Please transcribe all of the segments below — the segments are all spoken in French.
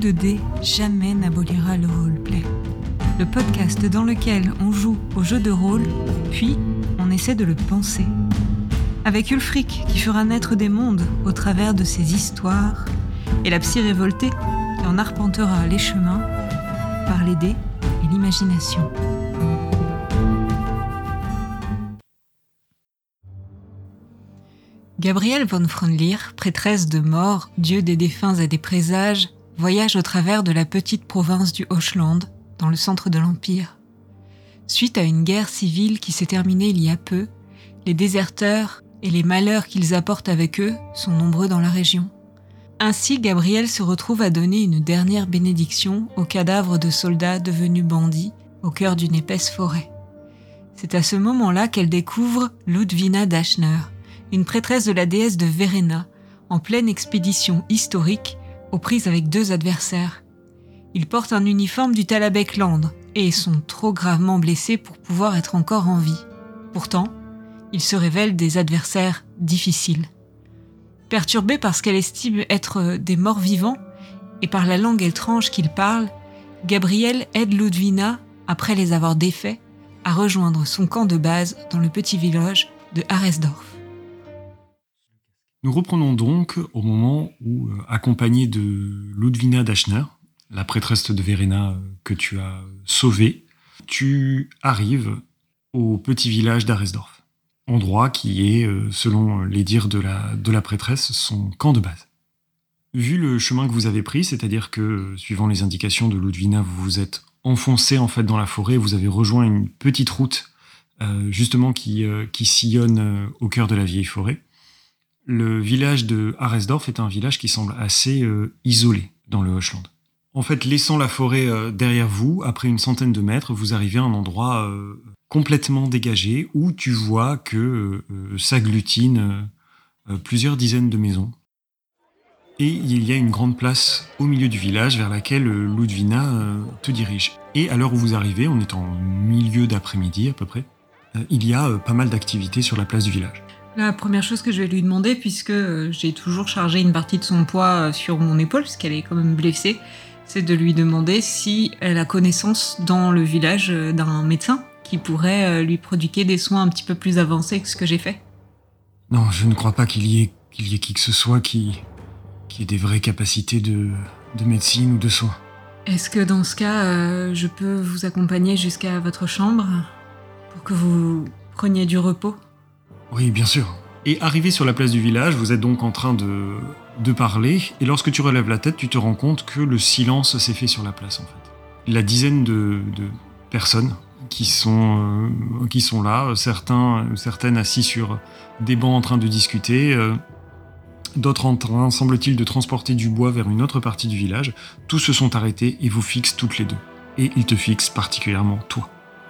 de dés jamais n'abolira le roleplay. Le podcast dans lequel on joue au jeu de rôle, puis on essaie de le penser. Avec Ulfric qui fera naître des mondes au travers de ses histoires, et la psy révoltée qui en arpentera les chemins par les dés et l'imagination. Gabrielle von Fronleer, prêtresse de mort, dieu des défunts et des présages, voyage au travers de la petite province du Hochland, dans le centre de l'Empire. Suite à une guerre civile qui s'est terminée il y a peu, les déserteurs et les malheurs qu'ils apportent avec eux sont nombreux dans la région. Ainsi, Gabrielle se retrouve à donner une dernière bénédiction aux cadavres de soldats devenus bandits au cœur d'une épaisse forêt. C'est à ce moment-là qu'elle découvre Ludwina Dashner, une prêtresse de la déesse de Verena, en pleine expédition historique, aux prises avec deux adversaires. Ils portent un uniforme du Talabek Land et sont trop gravement blessés pour pouvoir être encore en vie. Pourtant, ils se révèlent des adversaires difficiles. Perturbée par ce qu'elle estime être des morts vivants et par la langue étrange qu'ils parlent, Gabrielle aide Ludwina, après les avoir défaits, à rejoindre son camp de base dans le petit village de Aresdorf. Nous reprenons donc au moment où, accompagnée de Ludwina Dashner, la prêtresse de Verena que tu as sauvée, tu arrives au petit village d'Aresdorf, endroit qui est, selon les dires de la prêtresse, son camp de base. Vu le chemin que vous avez pris, c'est-à-dire que, suivant les indications de Ludwina, vous vous êtes enfoncé en fait dans la forêt, vous avez rejoint une petite route justement qui sillonne au cœur de la vieille forêt. Le village de Aresdorf est un village qui semble assez isolé dans le Hochland. En fait, laissant la forêt derrière vous, après une centaine de mètres, vous arrivez à un endroit complètement dégagé où tu vois que s'agglutinent plusieurs dizaines de maisons. Et il y a une grande place au milieu du village vers laquelle Ludwina te dirige. Et à l'heure où vous arrivez, on est en milieu d'après-midi à peu près, il y a pas mal d'activités sur la place du village. La première chose que je vais lui demander, puisque j'ai toujours chargé une partie de son poids sur mon épaule, puisqu'elle est quand même blessée, c'est de lui demander si elle a connaissance dans le village d'un médecin qui pourrait lui prodiguer des soins un petit peu plus avancés que ce que j'ai fait. Non, je ne crois pas qu'il y ait qui que ce soit qui ait des vraies capacités de médecine ou de soins. Est-ce que dans ce cas, je peux vous accompagner jusqu'à votre chambre pour que vous preniez du repos ? Oui, bien sûr. Et arrivé sur la place du village, vous êtes donc en train de parler, et lorsque tu relèves la tête, tu te rends compte que le silence s'est fait sur la place, en fait. La dizaine de personnes qui sont là, certaines assises sur des bancs en train de discuter, d'autres en train, semble-t-il, de transporter du bois vers une autre partie du village, tous se sont arrêtés et vous fixent toutes les deux. Et ils te fixent particulièrement toi.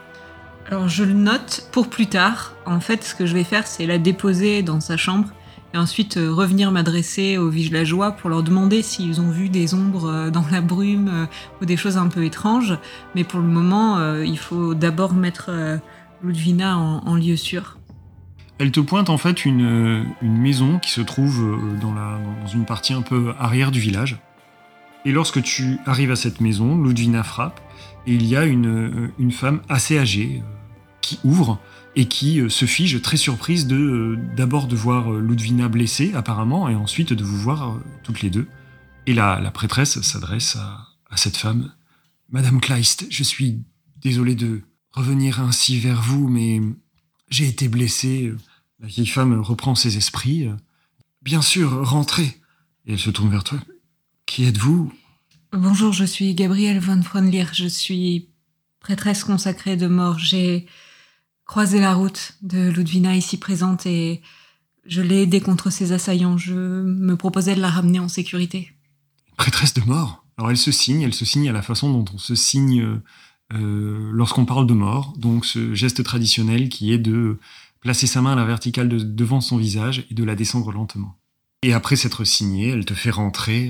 Alors je le note pour plus tard. En fait, ce que je vais faire, c'est la déposer dans sa chambre et ensuite revenir m'adresser aux villageois pour leur demander s'ils ont vu des ombres dans la brume ou des choses un peu étranges. Mais pour le moment, il faut d'abord mettre Ludwina en lieu sûr. Elle te pointe en fait une maison qui se trouve dans une partie un peu arrière du village. Et lorsque tu arrives à cette maison, Ludwina frappe et il y a une femme assez âgée qui ouvre et qui se fige très surprise d'abord de voir Ludwina blessée apparemment et ensuite de vous voir toutes les deux. Et la prêtresse s'adresse à cette femme. « Madame Kleist, je suis désolé de revenir ainsi vers vous, mais j'ai été blessée. » La vieille femme reprend ses esprits. « Bien sûr, rentrez. » Et elle se tourne vers toi. « Qui êtes-vous » ? Bonjour, je suis Gabrielle von Fronleer. Je suis prêtresse consacrée de mort. J'ai croisé la route de Ludwina ici présente et je l'ai aidée contre ses assaillants. Je me proposais de la ramener en sécurité. Prêtresse de mort ? Alors elle se signe à la façon dont on se signe lorsqu'on parle de mort. Donc ce geste traditionnel qui est de placer sa main à la verticale devant son visage et de la descendre lentement. Et après s'être signée, elle te fait rentrer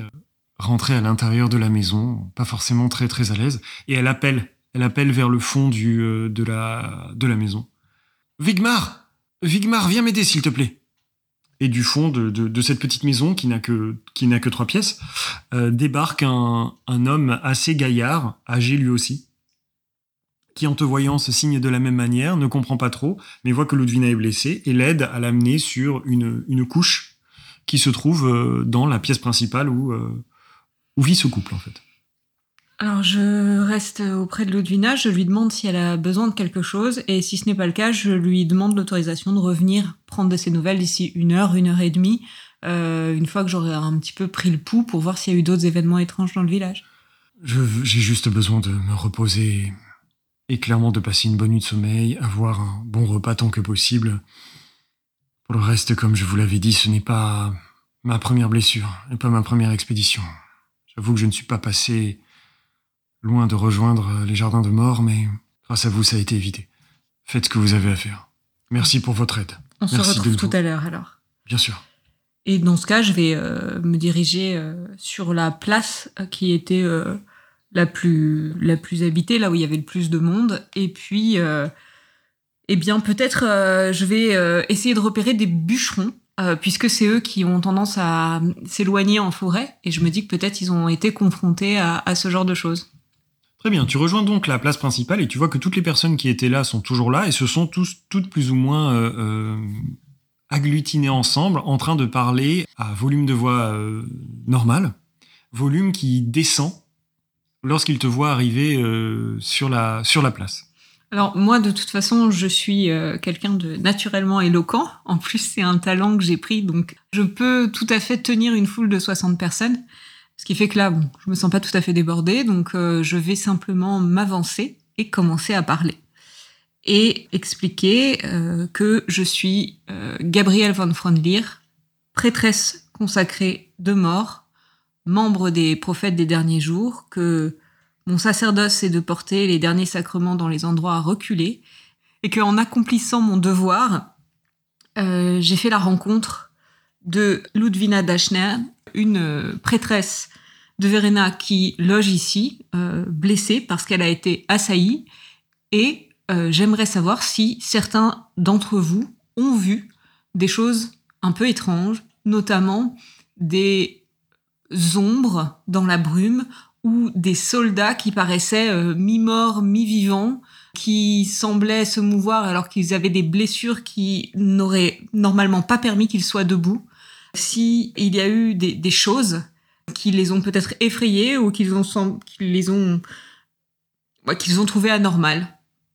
à l'intérieur de la maison, pas forcément très très à l'aise, et elle appelle vers le fond de la maison. Vigmar, viens m'aider s'il te plaît. Et du fond de cette petite maison qui n'a que 3 pièces, débarque un homme assez gaillard, âgé lui aussi, qui en te voyant se signe de la même manière, ne comprend pas trop, mais voit que Ludvina est blessée et l'aide à l'amener sur une couche qui se trouve dans la pièce principale où vit ce couple en fait. Alors je reste auprès de Ludvina, je lui demande si elle a besoin de quelque chose, et si ce n'est pas le cas, je lui demande l'autorisation de revenir prendre de ses nouvelles d'ici 1 heure et demie, une fois que j'aurai un petit peu pris le pouls pour voir s'il y a eu d'autres événements étranges dans le village. J'ai juste besoin de me reposer et clairement de passer une bonne nuit de sommeil, avoir un bon repas tant que possible. Pour le reste, comme je vous l'avais dit, ce n'est pas ma première blessure et pas ma première expédition. J'avoue que je ne suis pas passé loin de rejoindre les jardins de mort, mais grâce à vous, ça a été évité. Faites ce que vous avez à faire. Merci pour votre aide. On se retrouve tout à l'heure alors. Bien sûr. Et dans ce cas, je vais me diriger sur la place qui était la plus habitée, là où il y avait le plus de monde. Et puis, eh bien, peut-être je vais essayer de repérer des bûcherons, puisque c'est eux qui ont tendance à s'éloigner en forêt. Et je me dis que peut-être ils ont été confrontés à ce genre de choses. Très bien, tu rejoins donc la place principale et tu vois que toutes les personnes qui étaient là sont toujours là et se sont toutes plus ou moins agglutinées ensemble en train de parler à volume de voix normal, volume qui descend lorsqu'ils te voient arriver sur la place. Alors moi, de toute façon, je suis quelqu'un de naturellement éloquent. En plus, c'est un talent que j'ai pris, donc je peux tout à fait tenir une foule de 60 personnes. Ce qui fait que là, je me sens pas tout à fait débordée, donc je vais simplement m'avancer et commencer à parler. Et expliquer que je suis Gabrielle von Frondlier, prêtresse consacrée de mort, membre des prophètes des derniers jours, que mon sacerdoce est de porter les derniers sacrements dans les endroits reculés, et qu'en accomplissant mon devoir, j'ai fait la rencontre de Ludvina Dashner, une prêtresse de Verena qui loge ici, blessée parce qu'elle a été assaillie, et j'aimerais savoir si certains d'entre vous ont vu des choses un peu étranges, notamment des ombres dans la brume ou des soldats qui paraissaient mi-morts, mi-vivants, qui semblaient se mouvoir alors qu'ils avaient des blessures qui n'auraient normalement pas permis qu'ils soient debout. Si il y a eu des choses qui les ont peut-être effrayés ou qu'ils ont trouvées anormales.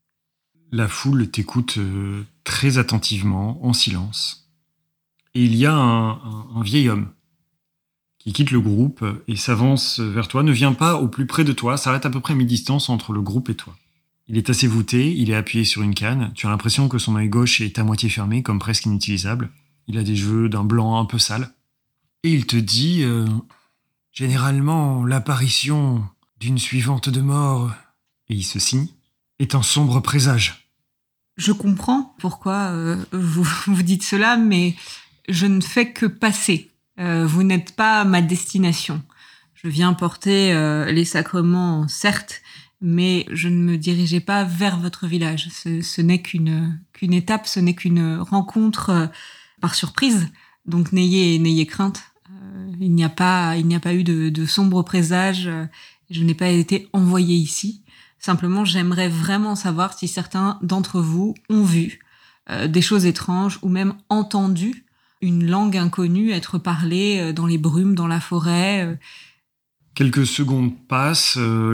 La foule t'écoute très attentivement, en silence. Et il y a un vieil homme qui quitte le groupe et s'avance vers toi, ne vient pas au plus près de toi, s'arrête à peu près à mi-distance entre le groupe et toi. Il est assez voûté, il est appuyé sur une canne, tu as l'impression que son œil gauche est à moitié fermé, comme presque inutilisable. Il a des cheveux d'un blanc un peu sale. Et il te dit généralement, l'apparition d'une suivante de mort, et il se signe, est un sombre présage. Je comprends pourquoi vous dites cela, mais je ne fais que passer. Vous n'êtes pas ma destination. Je viens porter les sacrements, certes, mais je ne me dirigeais pas vers votre village. Ce n'est qu'une étape, ce n'est qu'une rencontre par surprise. Donc n'ayez crainte. Il n'y a pas eu de sombres présages. Je n'ai pas été envoyée ici. Simplement, j'aimerais vraiment savoir si certains d'entre vous ont vu des choses étranges ou même entendu une langue inconnue être parlée dans les brumes, dans la forêt. Quelques secondes passent,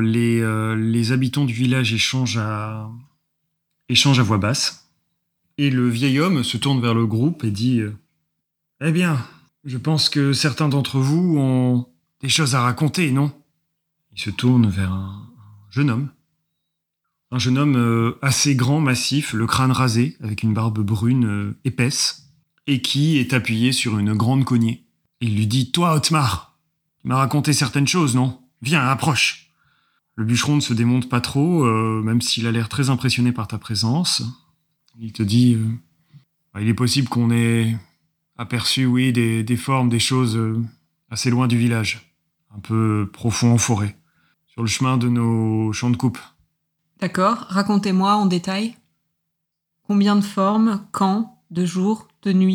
les habitants du village échangent à voix basse. Et le vieil homme se tourne vers le groupe et dit « Eh bien, je pense que certains d'entre vous ont des choses à raconter, non ?» Il se tourne vers un jeune homme. Un jeune homme assez grand, massif, le crâne rasé, avec une barbe brune épaisse, et qui est appuyé sur une grande cognée. Et il lui dit « Toi, Otmar, tu m'as raconté certaines choses, non ? Viens, approche !» Le bûcheron ne se démonte pas trop, même s'il a l'air très impressionné par ta présence. Il te dit il est possible qu'on ait aperçu, oui, des formes, des choses assez loin du village, un peu profond en forêt, sur le chemin de nos champs de coupe. D'accord, racontez-moi en détail. Combien de formes, quand, de jour, de nuit,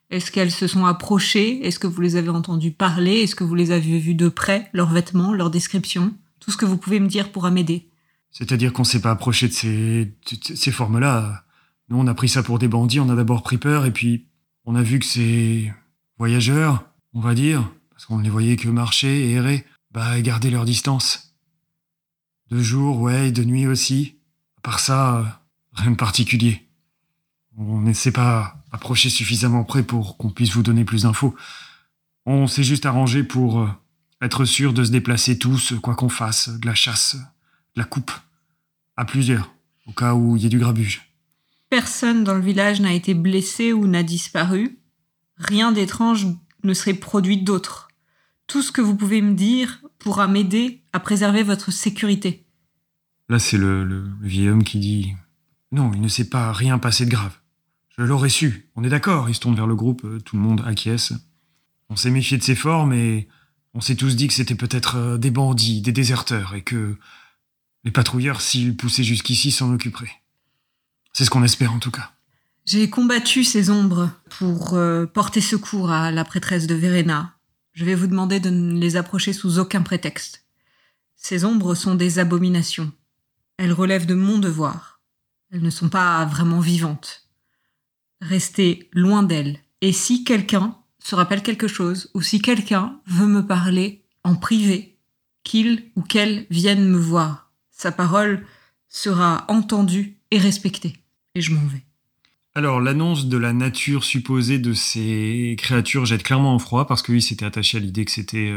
Est-ce qu'elles se sont approchées? Est-ce que vous les avez entendues parler? Est-ce que vous les avez vues de près? Leurs vêtements, leurs descriptions? Tout ce que vous pouvez me dire pourra m'aider. C'est-à-dire qu'on s'est pas approché de ces formes-là. Nous, on a pris ça pour des bandits, on a d'abord pris peur, et puis on a vu que ces voyageurs, on va dire, parce qu'on ne les voyait que marcher et errer, garder leur distance. De jour, ouais, et de nuit aussi. À part ça, rien de particulier. On ne s'est pas approché suffisamment près pour qu'on puisse vous donner plus d'infos. On s'est juste arrangé pour être sûr de se déplacer tous, quoi qu'on fasse, de la chasse, de la coupe, à plusieurs, au cas où il y ait du grabuge. Personne dans le village n'a été blessé ou n'a disparu. Rien d'étrange ne serait produit d'autre. Tout ce que vous pouvez me dire pourra m'aider à préserver votre sécurité. Là, c'est le vieil homme qui dit « Non, il ne s'est pas rien passé de grave. Je l'aurais su. On est d'accord ?» Il se tourne vers le groupe, tout le monde acquiesce. On s'est méfié de ses formes et on s'est tous dit que c'était peut-être des bandits, des déserteurs, et que les patrouilleurs, s'ils poussaient jusqu'ici, s'en occuperaient. C'est ce qu'on espère en tout cas. J'ai combattu ces ombres pour porter secours à la prêtresse de Verena. Je vais vous demander de ne les approcher sous aucun prétexte. Ces ombres sont des abominations. Elles relèvent de mon devoir. Elles ne sont pas vraiment vivantes. Restez loin d'elles. Et si quelqu'un se rappelle quelque chose, ou si quelqu'un veut me parler en privé, qu'il ou qu'elle vienne me voir, sa parole sera entendue et respectée. Et je m'en vais. Alors, l'annonce de la nature supposée de ces créatures jette clairement en froid, parce que lui s'était attaché à l'idée que c'était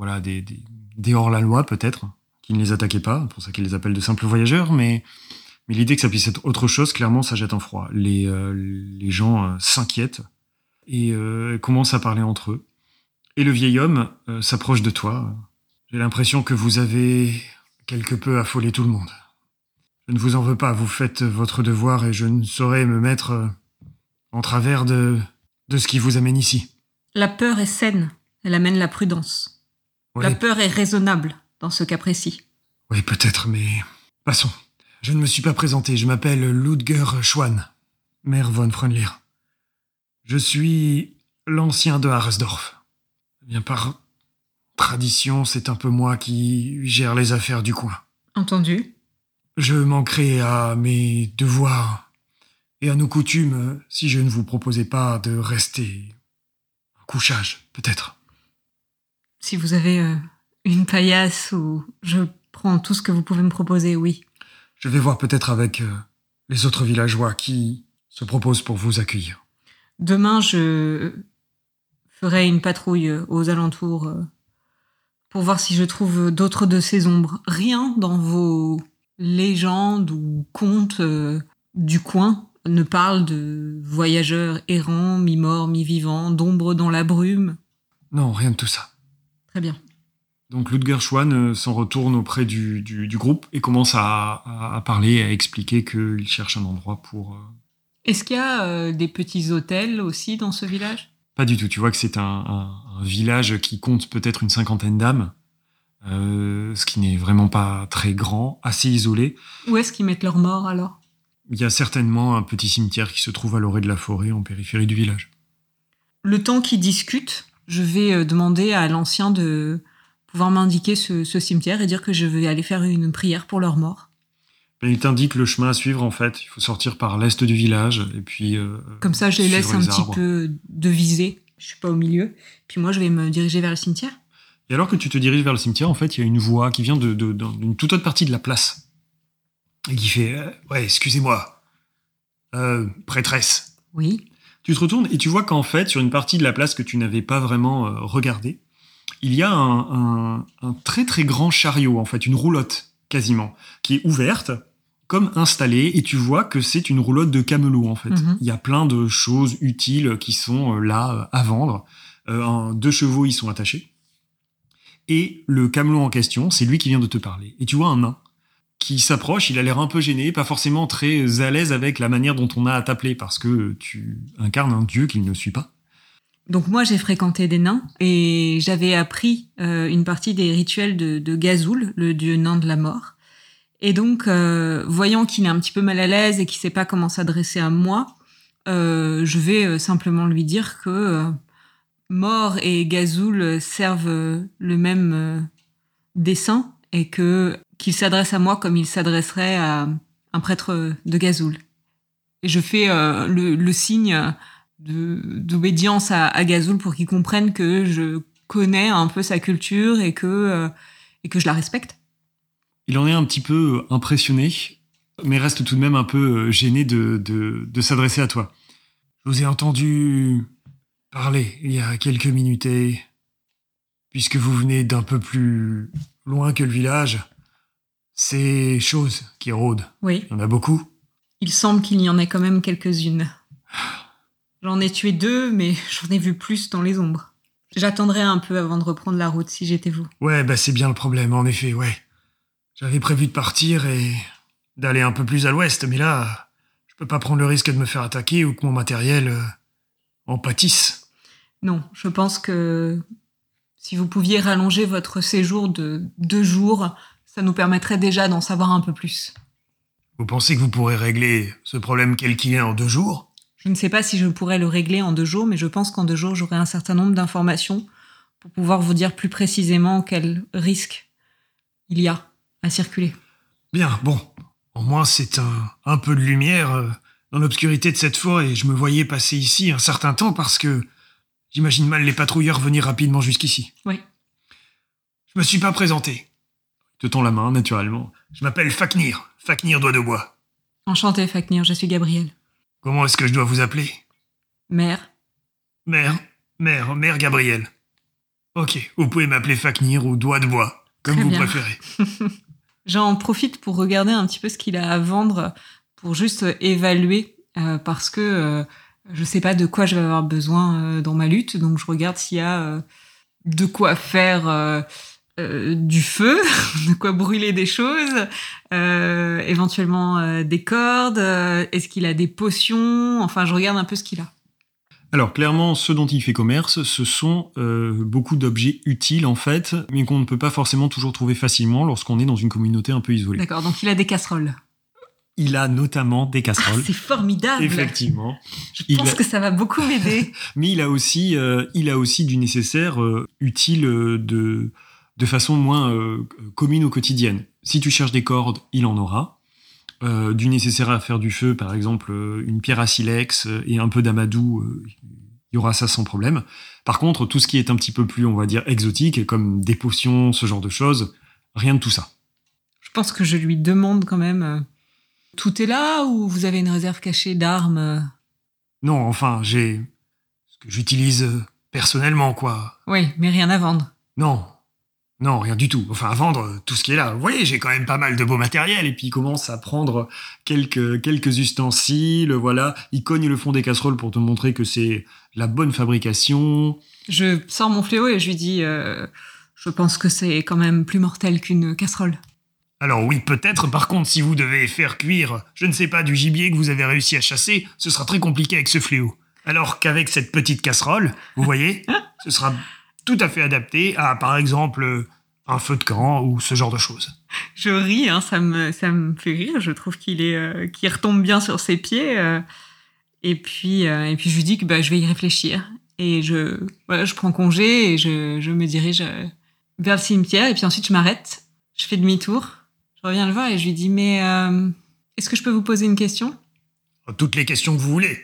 des hors-la-loi, peut-être, qui ne les attaquaient pas, c'est pour ça qu'il les appelle de simples voyageurs, mais l'idée que ça puisse être autre chose, clairement, ça jette en froid. Les gens s'inquiètent et commencent à parler entre eux. Et le vieil homme s'approche de toi. J'ai l'impression que vous avez quelque peu affolé tout le monde. Je ne vous en veux pas, vous faites votre devoir et je ne saurais me mettre en travers de ce qui vous amène ici. La peur est saine, elle amène la prudence. Oui. La peur est raisonnable dans ce cas précis. Oui, peut-être, mais passons. Je ne me suis pas présenté, je m'appelle Ludger Schwan, Maire von Freundlir. Je suis l'ancien de Haresdorf. Eh bien, par tradition, c'est un peu moi qui gère les affaires du coin. Entendu. Je manquerai à mes devoirs et à nos coutumes si je ne vous proposais pas de rester un couchage, peut-être. Si vous avez une paillasse ou je prends tout ce que vous pouvez me proposer, oui. Je vais voir peut-être avec les autres villageois qui se proposent pour vous accueillir. Demain, je ferai une patrouille aux alentours pour voir si je trouve d'autres de ces ombres. Rien dans vos légendes ou contes du coin ne parle de voyageurs errants, mi-morts, mi-vivants, d'ombres dans la brume. Non, rien de tout ça. Très bien. Donc Ludger Schwan s'en retourne auprès du groupe et commence à parler, à expliquer qu'il cherche un endroit pour... Est-ce qu'il y a des petits hôtels aussi dans ce village ? Pas du tout, tu vois que c'est un village qui compte peut-être une 50aine d'âmes, ce qui n'est vraiment pas très grand, assez isolé. Où est-ce qu'ils mettent leurs morts alors ? Il y a certainement un petit cimetière qui se trouve à l'orée de la forêt en périphérie du village. Le temps qu'ils discutent, je vais demander à l'ancien de pouvoir m'indiquer ce cimetière et dire que je vais aller faire une prière pour leurs morts. Il t'indique le chemin à suivre en fait. Il faut sortir par l'est du village et puis... Comme ça, je les laisse un petit arbres. peu de visée. Je suis pas au milieu. Puis moi, je vais me diriger vers le cimetière. Et alors que tu te diriges vers le cimetière, en fait, il y a une voix qui vient d'une toute autre partie de la place. Et qui fait « Ouais, excusez-moi. Prêtresse. » Oui. Tu te retournes et tu vois qu'en fait, sur une partie de la place que tu n'avais pas vraiment regardée, il y a un très très grand chariot, en fait, une roulotte quasiment, qui est ouverte, comme installée, et tu vois que c'est une roulotte de camelot, en fait. Mm-hmm. Il y a plein de choses utiles qui sont là à vendre. 2 chevaux y sont attachés. Et le camelot en question, c'est lui qui vient de te parler. Et tu vois un nain qui s'approche, il a l'air un peu gêné, pas forcément très à l'aise avec la manière dont on a à t'appeler, parce que tu incarnes un dieu qu'il ne suit pas. Donc moi, j'ai fréquenté des nains et j'avais appris une partie des rituels de Gazul, le dieu nain de la mort. Et donc, voyant qu'il est un petit peu mal à l'aise et qu'il sait pas comment s'adresser à moi, je vais simplement lui dire que Mort et Gazoul servent le même dessein et qu'il s'adresse à moi comme il s'adresserait à un prêtre de Gazoul. Et je fais le signe d'obédience à Gazoul pour qu'il comprenne que je connais un peu sa culture et que je la respecte. Il en est un petit peu impressionné, mais reste tout de même un peu gêné de s'adresser à toi. Je vous ai entendu parler il y a quelques minutes et puisque vous venez d'un peu plus loin que le village, ces choses qui rôdent, Oui. il y en a beaucoup. Il semble qu'il y en ait quand même quelques-unes. J'en ai tué 2, mais j'en ai vu plus dans les ombres. J'attendrai un peu avant de reprendre la route si j'étais vous. Ouais, c'est bien le problème, en effet, ouais. J'avais prévu de partir et d'aller un peu plus à l'ouest, mais là, je peux pas prendre le risque de me faire attaquer ou que mon matériel en pâtisse. Non, je pense que si vous pouviez rallonger votre séjour de 2 jours, ça nous permettrait déjà d'en savoir un peu plus. Vous pensez que vous pourrez régler ce problème quel qu'il est en 2 jours ? Je ne sais pas si je pourrais le régler en 2 jours, mais je pense qu'en 2 jours, j'aurai un certain nombre d'informations pour pouvoir vous dire plus précisément quel risque il y a à circuler. Bien, bon. Au moins, c'est un peu de lumière dans l'obscurité de cette forêt et je me voyais passer ici un certain temps parce que j'imagine mal les patrouilleurs venir rapidement jusqu'ici. Oui. Je me suis pas présenté. Je te tends la main, naturellement. Je m'appelle Fafnir. Fafnir Doigt de Bois. Enchanté, Fafnir, je suis Gabriel. Comment est-ce que je dois vous appeler ? Mère. Mère Gabriel. Ok, vous pouvez m'appeler Fafnir ou Doigt de Bois, comme Très vous bien. préférez. J'en profite pour regarder un petit peu ce qu'il a à vendre, pour juste évaluer, parce que je sais pas de quoi je vais avoir besoin dans ma lutte, donc je regarde s'il y a de quoi faire du feu, de quoi brûler des choses, éventuellement des cordes, est-ce qu'il a des potions, enfin je regarde un peu ce qu'il a. Alors, clairement, ce dont il fait commerce, ce sont beaucoup d'objets utiles, en fait, mais qu'on ne peut pas forcément toujours trouver facilement lorsqu'on est dans une communauté un peu isolée. D'accord, donc il a des casseroles. Il a notamment des casseroles. C'est formidable. Effectivement. Je pense que ça va beaucoup m'aider. Mais il a aussi du nécessaire utile de façon moins commune au quotidien. Si tu cherches des cordes, il en aura. Du nécessaire à faire du feu, par exemple une pierre à silex et un peu d'amadou, il y aura ça sans problème. Par contre, tout ce qui est un petit peu plus, on va dire, exotique, comme des potions, ce genre de choses, rien de tout ça. Je pense que je lui demande quand même... tout est là ou vous avez une réserve cachée d'armes ? Non, enfin, j'ai ce que j'utilise personnellement, quoi. Oui, mais rien à vendre. Non, rien du tout. Enfin, à vendre tout ce qui est là. Vous voyez, j'ai quand même pas mal de beau matériel. Et puis, il commence à prendre quelques ustensiles, voilà. Il cogne le fond des casseroles pour te montrer que c'est la bonne fabrication. Je sors mon fléau et je lui dis... je pense que c'est quand même plus mortel qu'une casserole. Alors oui, peut-être. Par contre, si vous devez faire cuire, je ne sais pas, du gibier que vous avez réussi à chasser, ce sera très compliqué avec ce fléau. Alors qu'avec cette petite casserole, vous voyez, ce sera tout à fait adapté à, par exemple, un feu de camp ou ce genre de choses. Je ris, hein, ça me fait rire. Je trouve qu'il retombe bien sur ses pieds. Et puis je lui dis que je vais y réfléchir. Et je prends congé et je me dirige vers le cimetière. Et puis ensuite, je m'arrête. Je fais demi-tour. Je reviens le voir et je lui dis, mais est-ce que je peux vous poser une question ? Toutes les questions que vous voulez.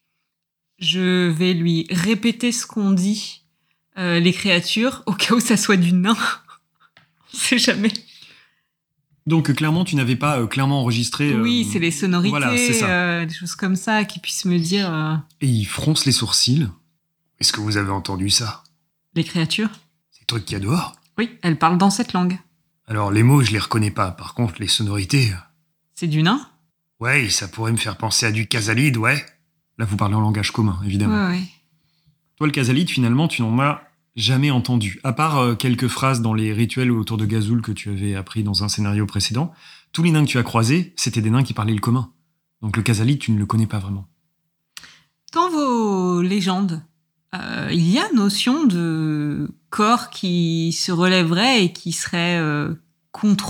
Je vais lui répéter ce qu'ont dit les créatures, au cas où ça soit du nain. On sait jamais. Donc clairement, tu n'avais pas clairement enregistré... Oui, c'est les sonorités, voilà, c'est ça. des choses comme ça, qui puissent me dire... Et il fronce les sourcils. Est-ce que vous avez entendu ça ? Les créatures ? Ces trucs qu'il y a dehors ? Oui, elles parlent dans cette langue. Alors les mots, je les reconnais pas. Par contre, les sonorités... C'est du nain ? Ouais, ça pourrait me faire penser à du Kazalid, ouais. Là, vous parlez en langage commun, évidemment. Ouais. Toi, le Kazalid, finalement, tu n'en as jamais entendu. À part quelques phrases dans les rituels autour de Gazoul que tu avais appris dans un scénario précédent, tous les nains que tu as croisés, c'était des nains qui parlaient le commun. Donc le Kazalid, tu ne le connais pas vraiment. Dans vos légendes, il y a notion de corps qui se relèverait et qui serait contrôlé ?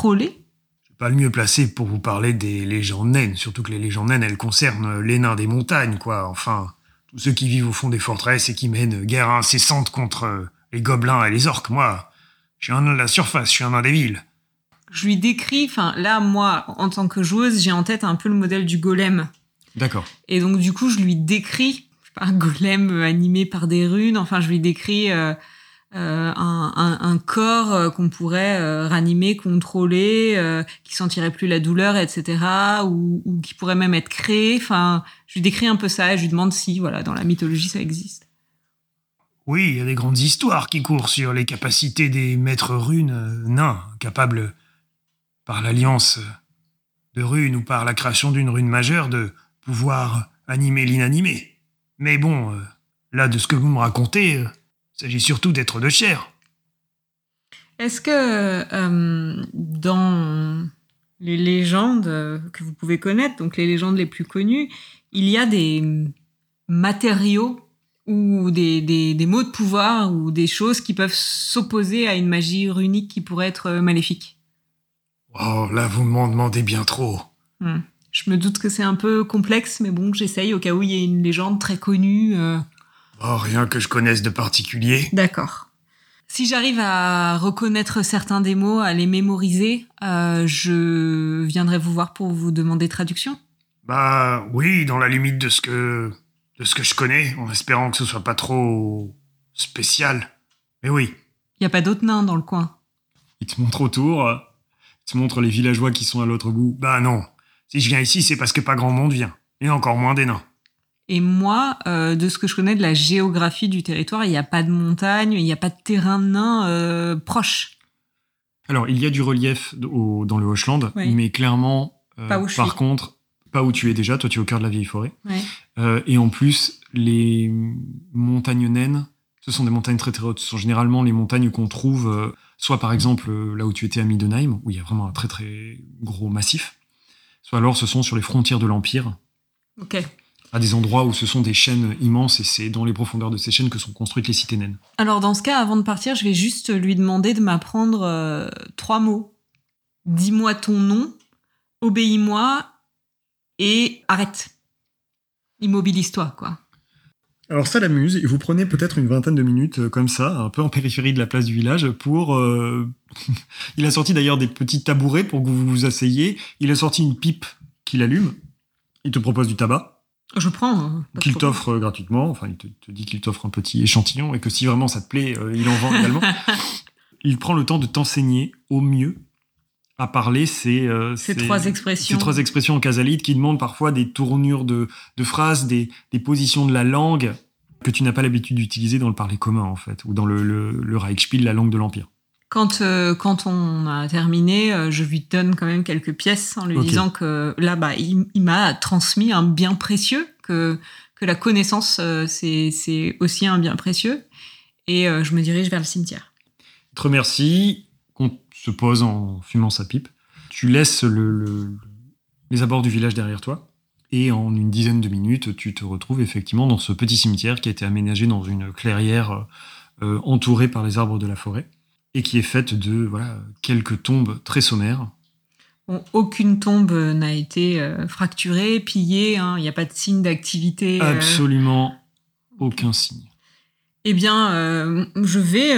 J'ai pas le mieux placé pour vous parler des légendes naines, surtout que les légendes naines, elles concernent les nains des montagnes, quoi. Enfin, tous ceux qui vivent au fond des forteresses et qui mènent guerre incessante contre les gobelins et les orques. Moi, je suis un nain de la surface, je suis un nain des villes. Je lui décris, là, moi, en tant que joueuse, j'ai en tête un peu le modèle du golem. D'accord. Et donc, du coup, je lui décris un golem animé par des runes. Enfin, je lui décris un corps qu'on pourrait ranimer, contrôler, qui sentirait plus la douleur, etc. Ou qui pourrait même être créé. Enfin, je lui décris un peu ça et je lui demande si, dans la mythologie, ça existe. Oui, il y a des grandes histoires qui courent sur les capacités des maîtres runes nains, capables, par l'alliance de runes ou par la création d'une rune majeure, de pouvoir animer l'inanimé. Mais bon, là, de ce que vous me racontez, il s'agit surtout d'êtres de chair. Est-ce que dans les légendes que vous pouvez connaître, donc les légendes les plus connues, il y a des matériaux ou des mots de pouvoir ou des choses qui peuvent s'opposer à une magie runique qui pourrait être maléfique? Oh, là, vous m'en demandez bien trop. Je me doute que c'est un peu complexe, mais bon, j'essaye au cas où il y a une légende très connue. Oh, rien que je connaisse de particulier. D'accord. Si j'arrive à reconnaître certains des mots, à les mémoriser, je viendrai vous voir pour vous demander traduction. Bah oui, dans la limite de ce que je connais, en espérant que ce soit pas trop spécial. Mais oui. Il y a pas d'autres nains dans le coin? Il te montre autour, il te montre les villageois qui sont à l'autre bout. Bah non. Si je viens ici, c'est parce que pas grand monde vient. Et encore moins des nains. Et moi, de ce que je connais de la géographie du territoire, il n'y a pas de montagne, il n'y a pas de terrain de nains proche. Alors, il y a du relief dans le Hochland, Oui. mais clairement, Pas où je par suis. contre, pas où tu es déjà. Toi, tu es au cœur de la vieille forêt. Ouais. Et en plus, les montagnes naines, ce sont des montagnes très très hautes. Ce sont généralement les montagnes qu'on trouve, soit par exemple là où tu étais à Middenheim, où il y a vraiment un très très gros massif, soit alors ce sont sur les frontières de l'Empire. Ok. À des endroits où ce sont des chaînes immenses et c'est dans les profondeurs de ces chaînes que sont construites les cités naines. Alors dans ce cas, avant de partir, je vais juste lui demander de m'apprendre 3 mots. Dis-moi ton nom, obéis-moi et arrête. Immobilise-toi, quoi. Alors ça l'amuse, et vous prenez peut-être une vingtaine de minutes comme ça, un peu en périphérie de la place du village, pour... Il a sorti d'ailleurs des petits tabourets pour que vous vous asseyiez, il a sorti une pipe qu'il allume, il te propose du tabac, Je prends. qu'il t'offre gratuitement, enfin il te dit qu'il t'offre un petit échantillon, et que si vraiment ça te plaît, il en vend également. Il prend le temps de t'enseigner au mieux à parler ces 3 expressions. Ces 3 expressions en kazalite qui demandent parfois des tournures de phrases, des positions de la langue que tu n'as pas l'habitude d'utiliser dans le parler commun, en fait, ou dans le Reichspiel, la langue de l'Empire. Quand on a terminé, je lui donne quand même quelques pièces en lui disant que là, il m'a transmis un bien précieux, que la connaissance, c'est aussi un bien précieux. Et je me dirige vers le cimetière. Je te remercie. On se pose en fumant sa pipe. Tu laisses les abords du village derrière toi. Et en une dizaine de minutes, tu te retrouves effectivement dans ce petit cimetière qui a été aménagé dans une clairière entourée par les arbres de la forêt et qui est faite de quelques tombes très sommaires. Bon, aucune tombe n'a été fracturée, pillée. Il n'y a pas de signe d'activité. Absolument aucun signe. Eh bien, je vais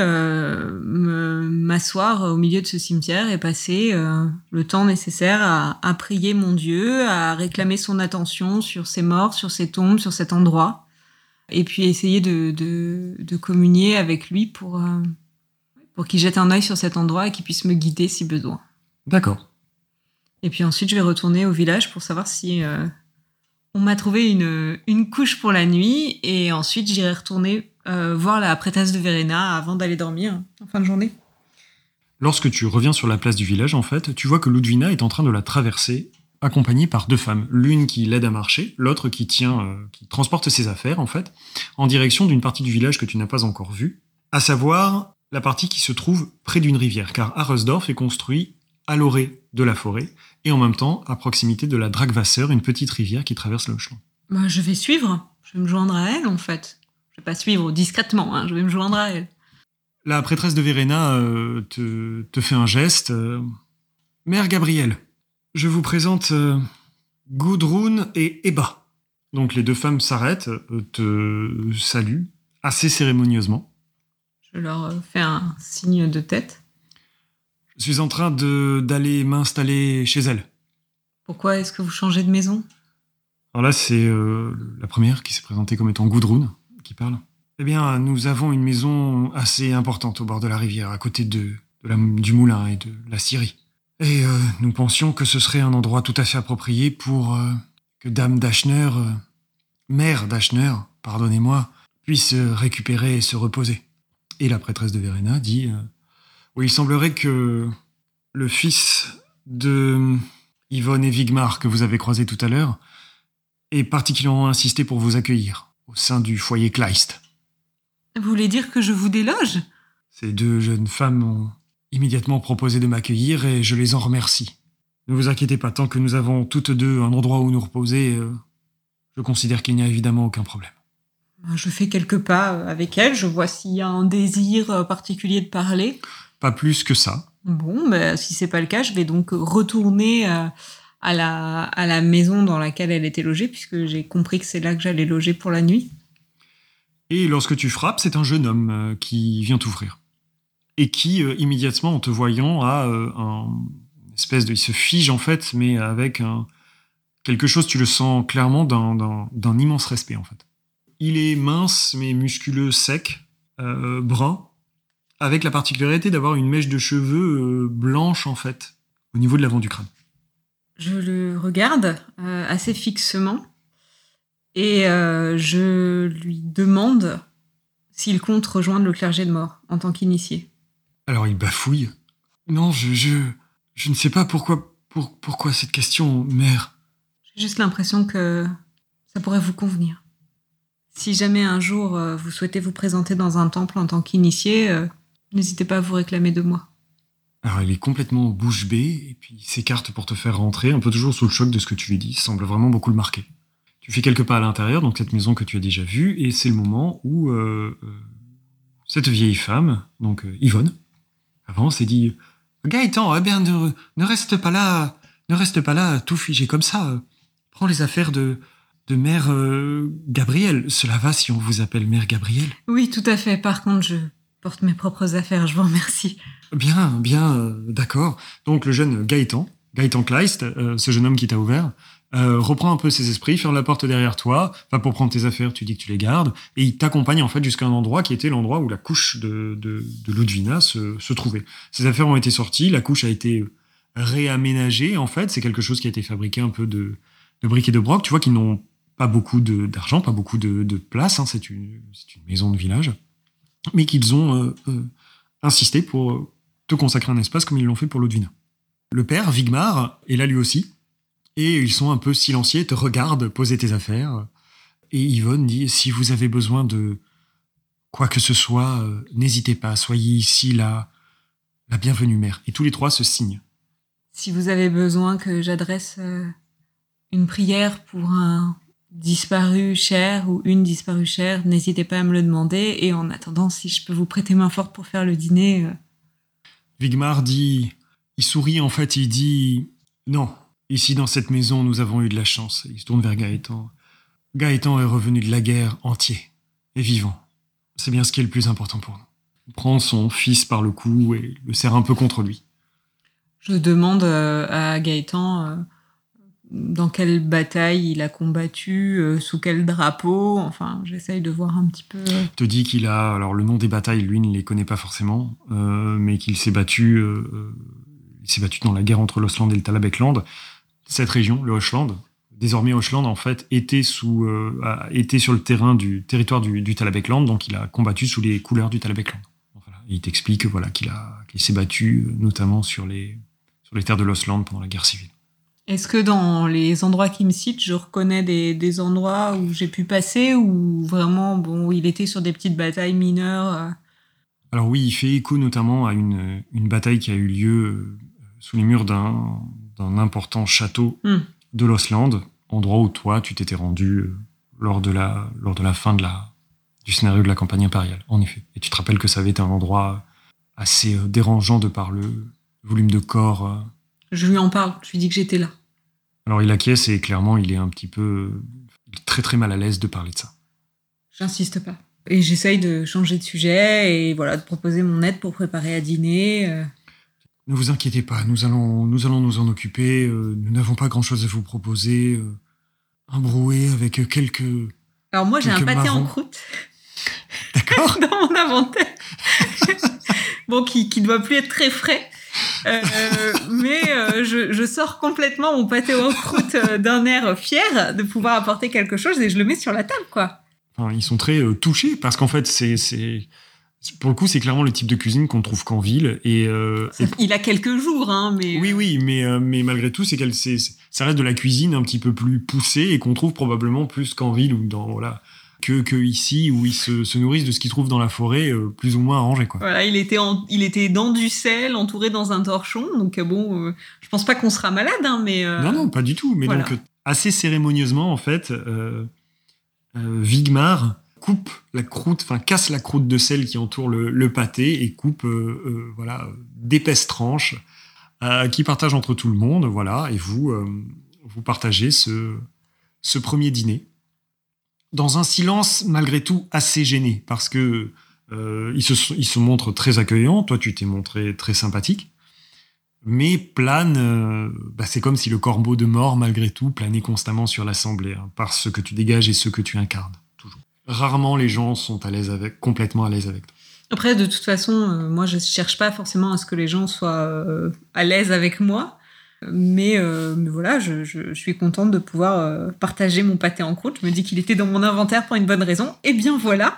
m'asseoir au milieu de ce cimetière et passer le temps nécessaire à prier mon Dieu, à réclamer son attention sur ces morts, sur ces tombes, sur cet endroit. Et puis essayer de communier avec lui pour qu'il jette un œil sur cet endroit et qu'il puisse me guider si besoin. D'accord. Et puis ensuite, je vais retourner au village pour savoir si on m'a trouvé une couche pour la nuit. Et ensuite, j'irai retourner voir la prêtresse de Verena avant d'aller dormir en fin de journée. Lorsque tu reviens sur la place du village, en fait, tu vois que Ludwina est en train de la traverser, accompagnée par 2 femmes. L'une qui l'aide à marcher, l'autre qui transporte ses affaires, en fait, en direction d'une partie du village que tu n'as pas encore vue, à savoir la partie qui se trouve près d'une rivière, car Arresdorf est construit à l'orée de la forêt, et en même temps à proximité de la Dragwasser, une petite rivière qui traverse le Hochland. Je vais suivre. Je vais me joindre à elle, en fait. Je vais pas suivre discrètement, je vais me joindre à elle. La prêtresse de Verena te fait un geste. Mère Gabrielle, Je vous présente Gudrun et Ebba. Donc les deux femmes s'arrêtent, te saluent assez cérémonieusement. Je leur fais un signe de tête. Je suis en train d'aller m'installer chez elles. Pourquoi est-ce que vous changez de maison ? Alors là, c'est la première qui s'est présentée comme étant Gudrun qui parle. Eh bien, nous avons une maison assez importante au bord de la rivière, à côté du moulin et de la scierie. Et nous pensions que ce serait un endroit tout à fait approprié pour que Dame Dashner, mère Dashner, pardonnez-moi, puisse récupérer et se reposer. Et la prêtresse de Verena dit oui, il semblerait que le fils de Yvonne et Vigmar que vous avez croisé tout à l'heure ait particulièrement insisté pour vous accueillir au sein du foyer Kleist. Vous voulez dire que je vous déloge ? Ces deux jeunes femmes ont immédiatement proposé de m'accueillir et je les en remercie. Ne vous inquiétez pas, tant que nous avons toutes deux un endroit où nous reposer, je considère qu'il n'y a évidemment aucun problème. Je fais quelques pas avec elle, je vois s'il y a un désir particulier de parler. Pas plus que ça. Bon, si c'est pas le cas, je vais donc retourner à la maison dans laquelle elle était logée, puisque j'ai compris que c'est là que j'allais loger pour la nuit. Et lorsque tu frappes, c'est un jeune homme qui vient t'ouvrir. Et qui, immédiatement, en te voyant, a une espèce de... Il se fige, en fait, mais avec quelque chose, tu le sens clairement, d'un immense respect, en fait. Il est mince, mais musculeux, sec, brun, avec la particularité d'avoir une mèche de cheveux blanche, en fait, au niveau de l'avant du crâne. Je le regarde assez fixement et je lui demande s'il compte rejoindre le clergé de mort en tant qu'initié. Alors il bafouille. Non, je ne sais pas pourquoi cette question, mère. J'ai juste l'impression que ça pourrait vous convenir. Si jamais un jour vous souhaitez vous présenter dans un temple en tant qu'initié, n'hésitez pas à vous réclamer de moi. Alors il est complètement bouche bée, et puis il s'écarte pour te faire rentrer, un peu toujours sous le choc de ce que tu lui dis, ça semble vraiment beaucoup le marquer. Tu fais quelques pas à l'intérieur, donc cette maison que tu as déjà vue, et c'est le moment où cette vieille femme, donc Yvonne, avance et dit « Gaëtan, eh bien, ne reste pas là tout figé comme ça. Prends les affaires de mère Gabrielle. Cela va si on vous appelle mère Gabrielle ?» Oui, tout à fait. Par contre, je porte mes propres affaires, je vous remercie. Bien, d'accord. Donc le jeune Gaëtan Kleist, ce jeune homme qui t'a ouvert, reprend un peu ses esprits, ferme la porte derrière toi, va pour prendre tes affaires, tu dis que tu les gardes, et il t'accompagne en fait jusqu'à un endroit qui était l'endroit où la couche de Ludvina se trouvait. Ses affaires ont été sorties, la couche a été réaménagée, en fait, c'est quelque chose qui a été fabriqué un peu de briques et de broc, tu vois qu'ils n'ont pas beaucoup d'argent, pas beaucoup de place, hein, c'est une maison de village, mais qu'ils ont insisté pour te consacrer un espace comme ils l'ont fait pour Ludvina. Le père, Vigmar, est là lui aussi, et ils sont un peu silencieux, te regardent poser tes affaires. Et Yvonne dit, si vous avez besoin de quoi que ce soit, n'hésitez pas, soyez ici la bienvenue mère. Et tous les trois se signent. Si vous avez besoin que j'adresse une prière pour un disparu cher ou une disparue chère, n'hésitez pas à me le demander. Et en attendant, si je peux vous prêter main forte pour faire le dîner... Vigmar dit, il sourit en fait, il dit, non. Ici, dans cette maison, nous avons eu de la chance. Il se tourne vers Gaëtan. Gaëtan est revenu de la guerre entier et vivant. C'est bien ce qui est le plus important pour nous. Il prend son fils par le cou et le serre un peu contre lui. Je demande à Gaëtan dans quelle bataille il a combattu, sous quel drapeau. Enfin, j'essaye de voir un petit peu... Il te dit qu'il a... Alors, le nom des batailles, lui, ne les connaît pas forcément, mais qu'il s'est battu... il s'est battu dans la guerre entre l'Osland et le Talabekland. Cette région, le Hochland, désormais Hochland, en fait, était sur le territoire du Talabekland, donc il a combattu sous les couleurs du Talabekland. Voilà. Et il t'explique qu'il s'est battu notamment sur les terres de l'Osland pendant la guerre civile. Est-ce que dans les endroits qu'il me cite, je reconnais des endroits où j'ai pu passer, ou vraiment, bon, il était sur des petites batailles mineures Alors oui, il fait écho notamment à une bataille qui a eu lieu sous les murs d'un important château de l'Osland, endroit où toi, tu t'étais rendu lors de la fin du scénario de la campagne impériale, en effet. Et tu te rappelles que ça avait été un endroit assez dérangeant de par le volume de corps Je lui en parle, je lui dis que j'étais là. Alors il acquiesce et clairement il est il est très très mal à l'aise de parler de ça. J'insiste pas. Et j'essaye de changer de sujet et voilà, de proposer mon aide pour préparer à dîner. Ne vous inquiétez pas, nous allons nous en occuper. Nous n'avons pas grand-chose à vous proposer. Un brouet avec quelques... Alors moi, j'ai un pâté en marrons. croûte. D'accord. Dans mon inventaire. Bon, qui doit plus être très frais. Mais je sors complètement mon pâté en croûte d'un air fier de pouvoir apporter quelque chose et je le mets sur la table, quoi. Enfin, ils sont très touchés parce qu'en fait, pour le coup, c'est clairement le type de cuisine qu'on trouve qu'en ville. Il a quelques jours, hein, mais... Oui, mais malgré tout, ça reste de la cuisine un petit peu plus poussée et qu'on trouve probablement plus qu'en ville ou que ici où ils se nourrissent de ce qu'ils trouvent dans la forêt, plus ou moins arrangé, quoi. Voilà, il était dans du sel, entouré dans un torchon, donc je pense pas qu'on sera malade, hein, mais... Non, pas du tout. Mais voilà. Donc, assez cérémonieusement, en fait, Wigmar coupe la croûte, enfin casse la croûte de sel qui entoure le pâté et coupe d'épaisses tranches qui partagent entre tout le monde, voilà, et vous partagez ce premier dîner dans un silence malgré tout assez gêné parce que ils se montrent très accueillants, toi tu t'es montré très sympathique, mais plane, c'est comme si le corbeau de mort malgré tout planait constamment sur l'assemblée, hein, par ce que tu dégages et ce que tu incarnes. Rarement les gens sont complètement à l'aise avec toi. Après, de toute façon, moi, je cherche pas forcément à ce que les gens soient à l'aise avec moi. Mais voilà, je suis contente de pouvoir partager mon pâté en croûte. Je me dis qu'il était dans mon inventaire pour une bonne raison. Et bien voilà.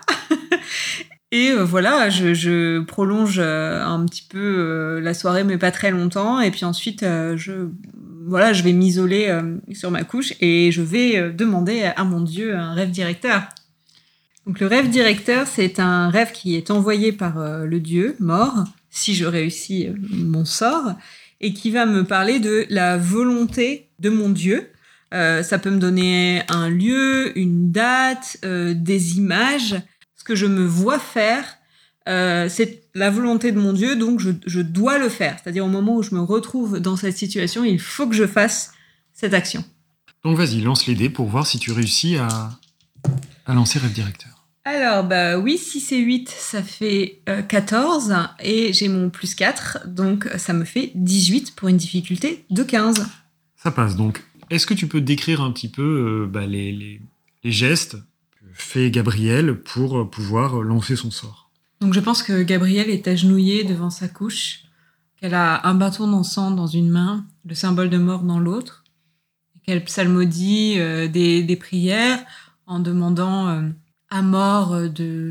Et voilà, je prolonge un petit peu la soirée, mais pas très longtemps. Et puis ensuite, je vais m'isoler sur ma couche et je vais demander à mon Dieu un rêve directeur. Donc le rêve directeur, c'est un rêve qui est envoyé par le dieu mort, si je réussis mon sort, et qui va me parler de la volonté de mon dieu. Ça peut me donner un lieu, une date, des images. Ce que je me vois faire, c'est la volonté de mon dieu, donc je dois le faire. C'est-à-dire au moment où je me retrouve dans cette situation, il faut que je fasse cette action. Donc vas-y, lance les dés pour voir si tu réussis à lancer rêve directeur. Alors, oui, 6 et 8, ça fait 14, et j'ai mon plus 4, donc ça me fait 18 pour une difficulté de 15. Ça passe, donc. Est-ce que tu peux décrire un petit peu les gestes que fait Gabrielle pour pouvoir lancer son sort ? Donc je pense que Gabrielle est agenouillée devant sa couche, qu'elle a un bâton d'encens dans une main, le symbole de mort dans l'autre, et qu'elle psalmodie des prières en demandant... à mort de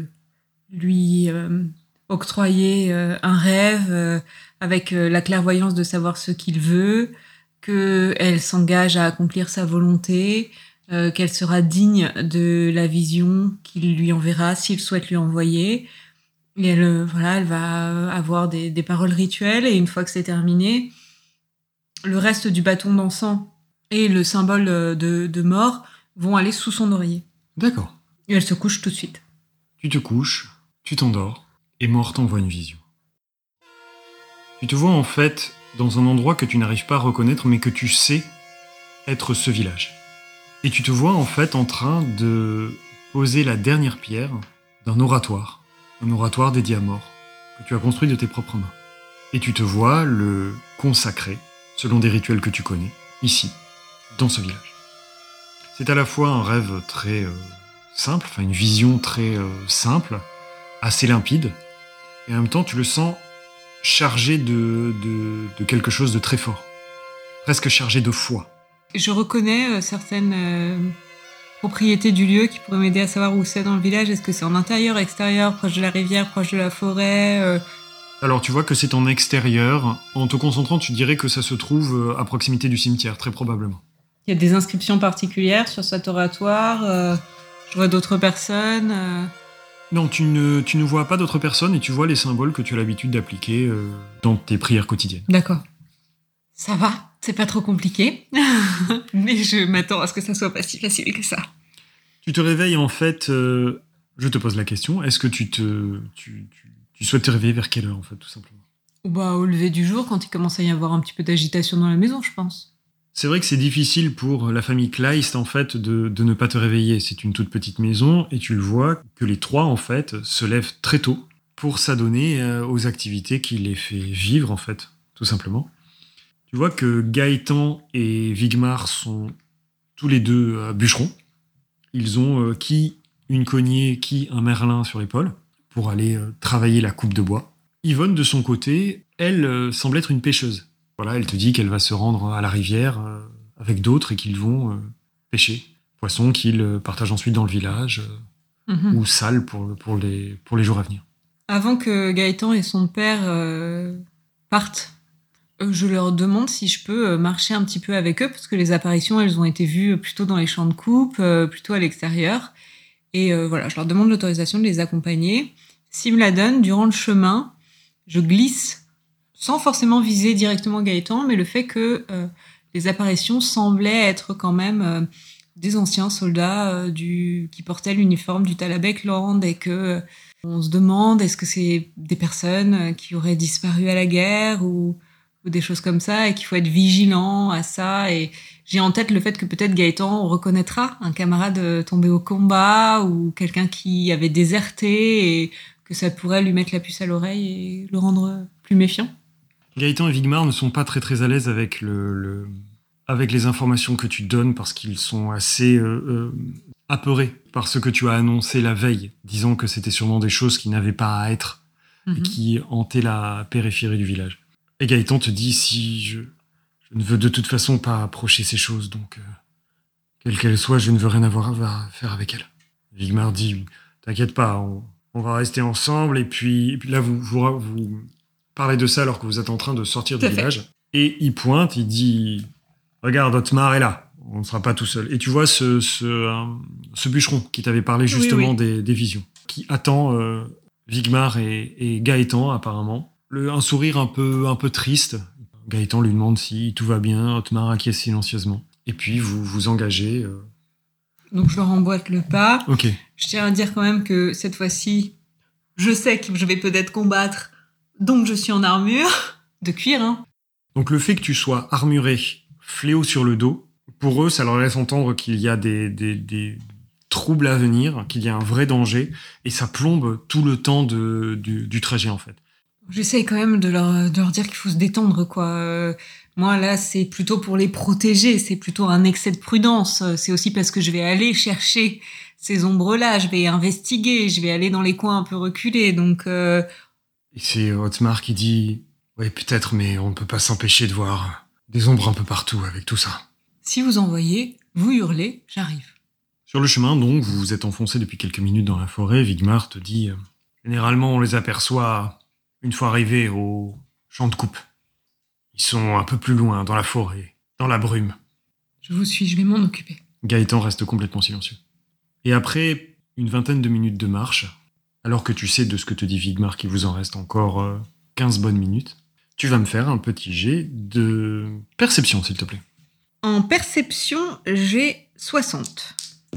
lui octroyer un rêve avec la clairvoyance de savoir ce qu'il veut, qu'elle s'engage à accomplir sa volonté, qu'elle sera digne de la vision qu'il lui enverra s'il souhaite lui envoyer. Et elle va avoir des paroles rituelles, et une fois que c'est terminé, le reste du bâton d'encens et le symbole de mort vont aller sous son oreiller. D'accord. Et elle se couche tout de suite. Tu te couches, tu t'endors, et mort t'envoie une vision. Tu te vois en fait dans un endroit que tu n'arrives pas à reconnaître, mais que tu sais être ce village. Et tu te vois en fait en train de poser la dernière pierre d'un oratoire, un oratoire dédié à mort, que tu as construit de tes propres mains. Et tu te vois le consacrer, selon des rituels que tu connais, ici, dans ce village. C'est à la fois un rêve très... simple, enfin une vision très simple, assez limpide, et en même temps tu le sens chargé de quelque chose de très fort, presque chargé de foi. Je reconnais certaines propriétés du lieu qui pourraient m'aider à savoir où c'est dans le village. Est-ce que c'est en intérieur, extérieur, proche de la rivière, proche de la forêt Alors tu vois que c'est en extérieur, en te concentrant tu dirais que ça se trouve à proximité du cimetière, très probablement. Il y a des inscriptions particulières sur cet oratoire je vois d'autres personnes Non, tu ne vois pas d'autres personnes et tu vois les symboles que tu as l'habitude d'appliquer dans tes prières quotidiennes. D'accord. Ça va, c'est pas trop compliqué. Mais je m'attends à ce que ça soit pas si facile que ça. Tu te réveilles en fait, je te pose la question, est-ce que tu souhaites te réveiller vers quelle heure en fait, tout simplement ? Ou au lever du jour, quand il commence à y avoir un petit peu d'agitation dans la maison, je pense. C'est vrai que c'est difficile pour la famille Kleist, en fait, de ne pas te réveiller. C'est une toute petite maison, et tu le vois que les trois, en fait, se lèvent très tôt pour s'adonner aux activités qui les fait vivre, en fait, tout simplement. Tu vois que Gaëtan et Vigmar sont tous les deux bûcherons. Ils ont qui une cognée, qui un merlin sur l'épaule pour aller travailler la coupe de bois. Yvonne, de son côté, elle semble être une pêcheuse. Voilà, elle te dit qu'elle va se rendre à la rivière avec d'autres et qu'ils vont pêcher. Poissons qu'ils partagent ensuite dans le village ou salent pour les jours à venir. Avant que Gaëtan et son père partent, je leur demande si je peux marcher un petit peu avec eux, parce que les apparitions, elles ont été vues plutôt dans les champs de coupe, plutôt à l'extérieur. Et voilà, je leur demande l'autorisation de les accompagner. S'ils me la donnent, durant le chemin, je glisse, sans forcément viser directement Gaëtan, mais le fait que les apparitions semblaient être quand même des anciens soldats qui portaient l'uniforme du Talabek Land, et que on se demande, est-ce que c'est des personnes qui auraient disparu à la guerre ou des choses comme ça, et qu'il faut être vigilant à ça. Et j'ai en tête le fait que peut-être Gaëtan reconnaîtra un camarade tombé au combat ou quelqu'un qui avait déserté, et que ça pourrait lui mettre la puce à l'oreille et le rendre plus méfiant. Gaëtan et Vigmar ne sont pas très très à l'aise avec avec les informations que tu donnes, parce qu'ils sont assez apeurés par ce que tu as annoncé la veille, disant que c'était sûrement des choses qui n'avaient pas à être et qui hantaient la périphérie du village. Et Gaëtan te dit, si je ne veux de toute façon pas approcher ces choses, donc quelle qu'elle soit, je ne veux rien avoir à faire avec elle. Vigmar dit, t'inquiète pas, on va rester ensemble, et puis là vous parlez de ça alors que vous êtes en train de sortir du village. Et il pointe, il dit, regarde, Otmar est là, on ne sera pas tout seul. Et tu vois ce bûcheron qui t'avait parlé justement oui. Des visions, qui attend Vigmar et Gaëtan apparemment. Un sourire un peu triste. Gaëtan lui demande si tout va bien, Otmar acquiesce silencieusement. Et puis vous vous engagez. Donc je leur emboîte le pas. Ok. Je tiens à dire quand même que cette fois-ci, je sais que je vais peut-être combattre, donc je suis en armure de cuir. Hein. Donc le fait que tu sois armuré, fléau sur le dos, pour eux, ça leur laisse entendre qu'il y a des troubles à venir, qu'il y a un vrai danger, et ça plombe tout le temps du trajet en fait. J'essaye quand même de leur dire qu'il faut se détendre, quoi. Moi, là, c'est plutôt pour les protéger, c'est plutôt un excès de prudence. C'est aussi parce que je vais aller chercher ces ombres-là, je vais investiguer, je vais aller dans les coins un peu reculés, donc... Et c'est Otmar qui dit « Ouais, peut-être, mais on ne peut pas s'empêcher de voir des ombres un peu partout avec tout ça. » Si vous en voyez, vous hurlez, j'arrive. Sur le chemin, donc, vous vous êtes enfoncé depuis quelques minutes dans la forêt. Vigmar te dit « Généralement, on les aperçoit... une fois arrivés au champ de coupe. Ils sont un peu plus loin, dans la forêt, dans la brume. » Je vous suis, je vais m'en occuper. Gaëtan reste complètement silencieux. Et après une vingtaine de minutes de marche, alors que tu sais de ce que te dit Vigmar qu'il vous en reste encore 15 bonnes minutes, tu vas me faire un petit jet de perception, s'il te plaît. En perception, j'ai 60.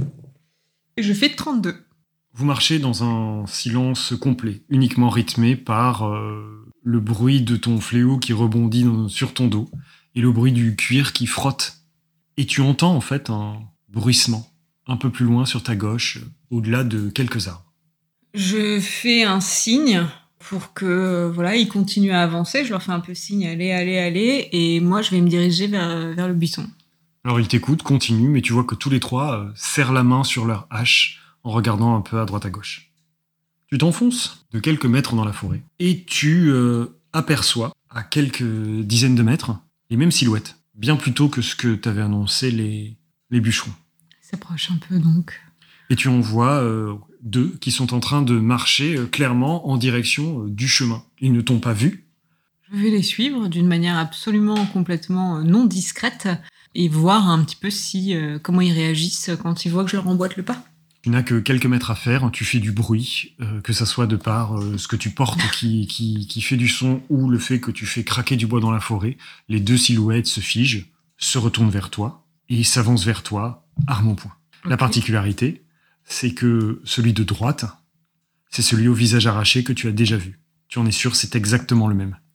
Et je fais 32. Vous marchez dans un silence complet, uniquement rythmé par le bruit de ton fléau qui rebondit sur ton dos et le bruit du cuir qui frotte. Et tu entends en fait un bruissement un peu plus loin sur ta gauche, au-delà de quelques arbres. Je fais un signe pour que ils continuent à avancer. Je leur fais un peu signe, allez, et moi je vais me diriger vers le buisson. Alors ils t'écoutent, continuent, mais tu vois que tous les trois serrent la main sur leur hache en regardant un peu à droite à gauche. Tu t'enfonces de quelques mètres dans la forêt et tu aperçois à quelques dizaines de mètres les mêmes silhouettes, bien plus tôt que ce que t'avaient annoncé les bûcherons. Ils s'approchent un peu donc. Et tu en vois deux qui sont en train de marcher clairement en direction du chemin. Ils ne t'ont pas vu. Je vais les suivre d'une manière absolument complètement non discrète et voir un petit peu comment ils réagissent quand ils voient que je leur emboîte le pas. Tu n'as que quelques mètres à faire, tu fais du bruit, que ça soit de par ce que tu portes qui fait du son ou le fait que tu fais craquer du bois dans la forêt. Les deux silhouettes se figent, se retournent vers toi et s'avancent vers toi, arme au poing. Okay. La particularité, c'est que celui de droite, c'est celui au visage arraché que tu as déjà vu. Tu en es sûr, c'est exactement le même.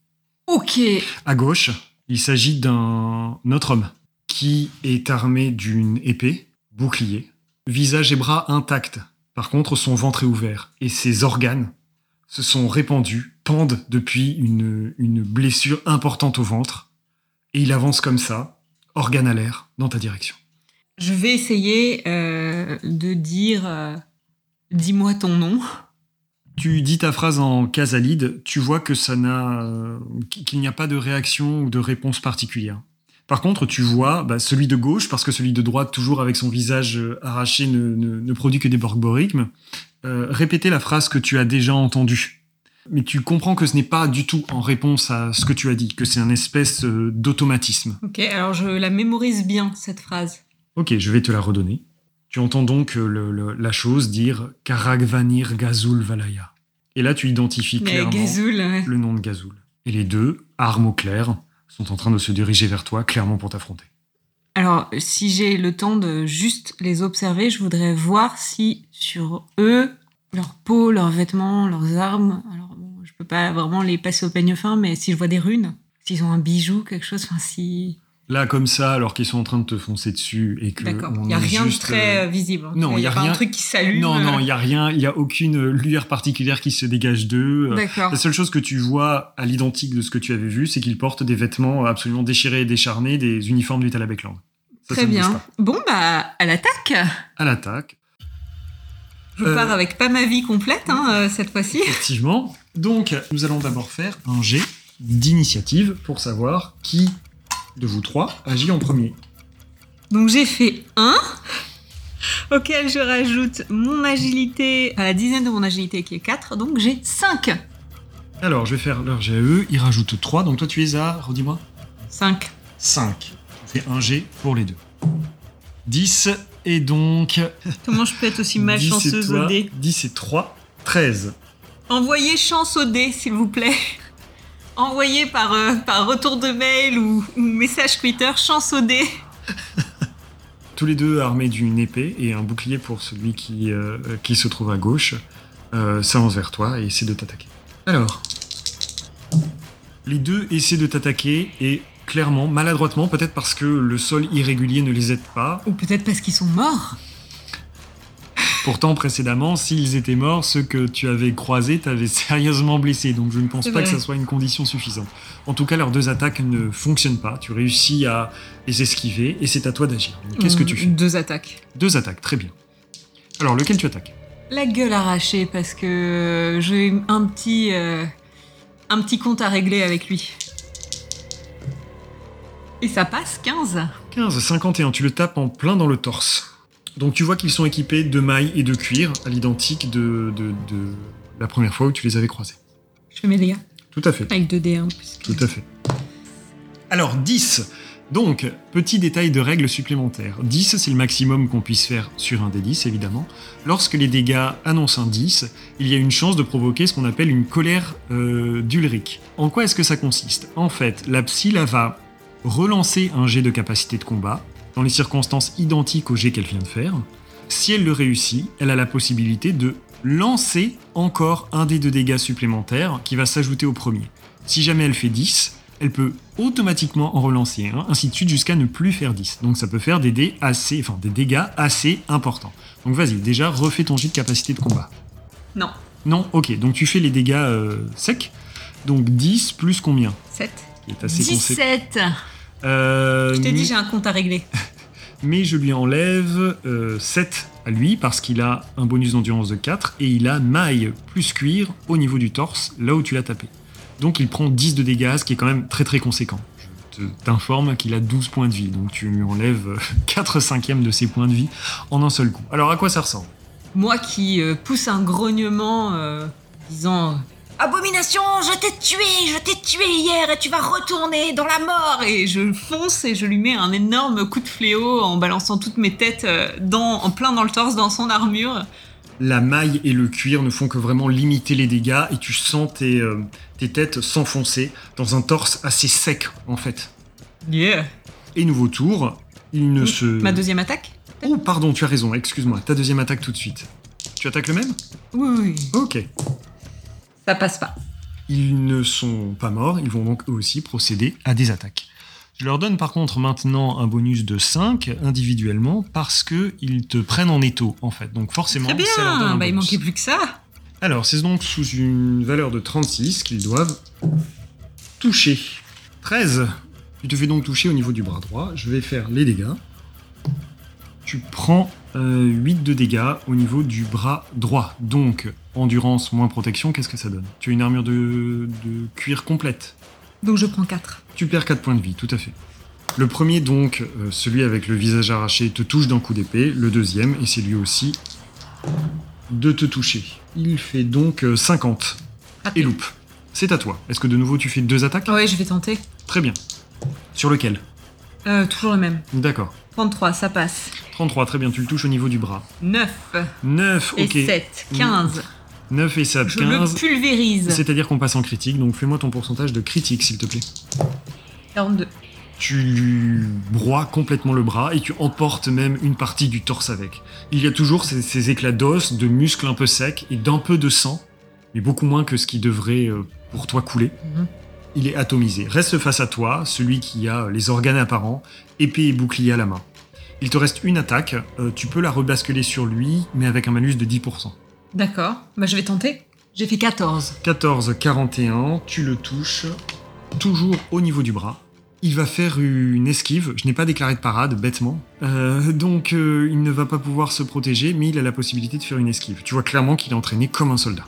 Ok. À gauche, il s'agit d'un autre homme qui est armé d'une épée, bouclier, visage et bras intacts. Par contre, son ventre est ouvert et ses organes se sont répandus, pendent depuis une blessure importante au ventre. Et il avance comme ça, organe à l'air, dans ta direction. Je vais essayer de dire dis-moi ton nom. Tu dis ta phrase en casalide, tu vois que qu'il n'y a pas de réaction ou de réponse particulière. Par contre, tu vois celui de gauche, parce que celui de droite, toujours avec son visage arraché, ne produit que des borborigmes, répéter la phrase que tu as déjà entendue. Mais tu comprends que ce n'est pas du tout en réponse à ce que tu as dit, que c'est un espèce d'automatisme. Ok, alors je la mémorise bien, cette phrase. Ok, je vais te la redonner. Tu entends donc la chose dire « Karagvanir Gazul Valaya ». Et là, tu identifies clairement Gazul, ouais. Le nom de Gazul. Et les deux, armes au clair, sont en train de se diriger vers toi, clairement pour t'affronter. Alors, si j'ai le temps de juste les observer, je voudrais voir si sur eux, leur peau, leurs vêtements, leurs armes, alors bon, je peux pas vraiment les passer au peigne fin, mais si je vois des runes, s'ils ont un bijou, quelque chose, enfin si... Là, comme ça, alors qu'ils sont en train de te foncer dessus et que... D'accord, il n'y a rien de très visible. Non, il n'y a pas rien... un truc qui s'allume. Non, il n'y a rien, il n'y a aucune lueur particulière qui se dégage d'eux. D'accord. La seule chose que tu vois à l'identique de ce que tu avais vu, c'est qu'ils portent des vêtements absolument déchirés et décharnés, des uniformes du Talabekland. Très bien. Bon, à l'attaque. À l'attaque. Je pars avec pas ma vie complète, cette fois-ci. Effectivement. Donc, nous allons d'abord faire un jet d'initiative pour savoir qui de vous trois agit en premier. Donc j'ai fait 1, auquel je rajoute mon agilité, à la dizaine de mon agilité qui est 4, donc j'ai 5. Alors, je vais faire leur jet à eux, ils rajoutent 3, donc toi tu es à, redis-moi 5. 5. Je fais un jet pour les deux. 10, et donc... Comment je peux être aussi malchanceuse au dé ? 10 et 3, 13. Envoyez chance au dé, s'il vous plaît. Envoyez par retour de mail ou message Twitter, chance au dé. Tous les deux armés d'une épée et un bouclier pour celui qui se trouve à gauche, s'avance vers toi et essaie de t'attaquer. Alors, les deux essaient de t'attaquer et clairement, maladroitement, peut-être parce que le sol irrégulier ne les aide pas. Ou peut-être parce qu'ils sont morts. Pourtant, précédemment, s'ils étaient morts, ceux que tu avais croisés t'avaient sérieusement blessé, donc je ne pense pas que ça soit une condition suffisante. En tout cas, leurs deux attaques ne fonctionnent pas, tu réussis à les esquiver, et c'est à toi d'agir. Qu'est-ce que tu fais ? 2 attaques. 2 attaques, très bien. Alors, lequel tu attaques ? La gueule arrachée, parce que j'ai un petit compte à régler avec lui. Et ça passe, 15. 15, 51, tu le tapes en plein dans le torse. Donc tu vois qu'ils sont équipés de mailles et de cuir, à l'identique de la première fois où tu les avais croisés. Je fais mes dégâts. Tout à fait. Avec 2 dés. Tout à fait. Alors 10. Donc, petit détail de règle supplémentaire. 10, c'est le maximum qu'on puisse faire sur un des 10, évidemment. Lorsque les dégâts annoncent un 10, il y a une chance de provoquer ce qu'on appelle une colère d'Ulrich. En quoi est-ce que ça consiste ? En fait, la psy va relancer un jet de capacité de combat, dans les circonstances identiques au jet qu'elle vient de faire. Si elle le réussit, elle a la possibilité de lancer encore un dé de dégâts supplémentaires qui va s'ajouter au premier. Si jamais elle fait 10, elle peut automatiquement en relancer un, ainsi de suite jusqu'à ne plus faire 10. Donc ça peut faire des dégâts assez importants. Donc vas-y, déjà refais ton jet de capacité de combat. Non. Non, ok, donc tu fais les dégâts secs. Donc 10 plus combien ? 7. Qui est assez 17. Je t'ai dit, j'ai un compte à régler. Mais je lui enlève 7 à lui parce qu'il a un bonus d'endurance de 4 et il a maille plus cuir au niveau du torse, là où tu l'as tapé. Donc il prend 10 de dégâts, ce qui est quand même très très conséquent. Je t'informe qu'il a 12 points de vie, donc tu lui enlèves 4/5 de ses points de vie en un seul coup. Alors à quoi ça ressemble ? Moi qui pousse un grognement disant... Abomination, je t'ai tué hier et tu vas retourner dans la mort. Et je fonce et je lui mets un énorme coup de fléau en balançant toutes mes têtes en plein dans le torse, dans son armure. La maille et le cuir ne font que vraiment limiter les dégâts et tu sens tes têtes s'enfoncer dans un torse assez sec en fait. Yeah. Et nouveau tour, il ne se... Ma deuxième attaque ? Oh pardon, tu as raison, excuse-moi, ta deuxième attaque tout de suite. Tu attaques le même ? Oui. Ok. Ça passe pas. Il ne sont pas morts, ils vont donc eux aussi procéder à des attaques. Je leur donne par contre maintenant un bonus de 5 individuellement parce qu'ils te prennent en étau en fait. Donc forcément, Très bien, ça leur donne un il bonus. manquait plus que ça. Alors c'est donc sous une valeur de 36 qu'ils doivent toucher. 13. Tu te fais donc toucher au niveau du bras droit. Je vais faire les dégâts. Tu prends 8 de dégâts au niveau du bras droit. Donc endurance moins protection, qu'est-ce que ça donne? Tu as une armure de cuir complète. Donc je prends 4. Tu perds 4 points de vie, tout à fait. Le premier, donc, celui avec le visage arraché, te touche d'un coup d'épée. Le deuxième, et c'est lui aussi, de te toucher. Il fait donc 50. Raté. Et loupe. C'est à toi. Est-ce que de nouveau tu fais 2 attaques? Oui, je vais tenter. Très bien. Sur lequel? Toujours le même. D'accord. 33, ça passe. 33, très bien, tu le touches au niveau du bras. 9 9, et ok. 7, 15. 9 et 7, Je 15. le pulvérise. C'est-à-dire qu'on passe en critique, donc fais-moi ton pourcentage de critique, s'il te plaît. 42. Tu lui broies complètement le bras et tu emportes même une partie du torse avec. Il y a toujours ces éclats d'os, de muscles un peu secs et d'un peu de sang, mais beaucoup moins que ce qui devrait pour toi couler. Il est atomisé. Reste face à toi, celui qui a les organes apparents, épée et bouclier à la main. Il te reste une attaque, tu peux la rebasculer sur lui, mais avec un malus de 10%. D'accord, je vais tenter. J'ai fait 14. 14, 41, tu le touches, toujours au niveau du bras. Il va faire une esquive, je n'ai pas déclaré de parade, bêtement. Donc il ne va pas pouvoir se protéger, mais il a la possibilité de faire une esquive. Tu vois clairement qu'il est entraîné comme un soldat.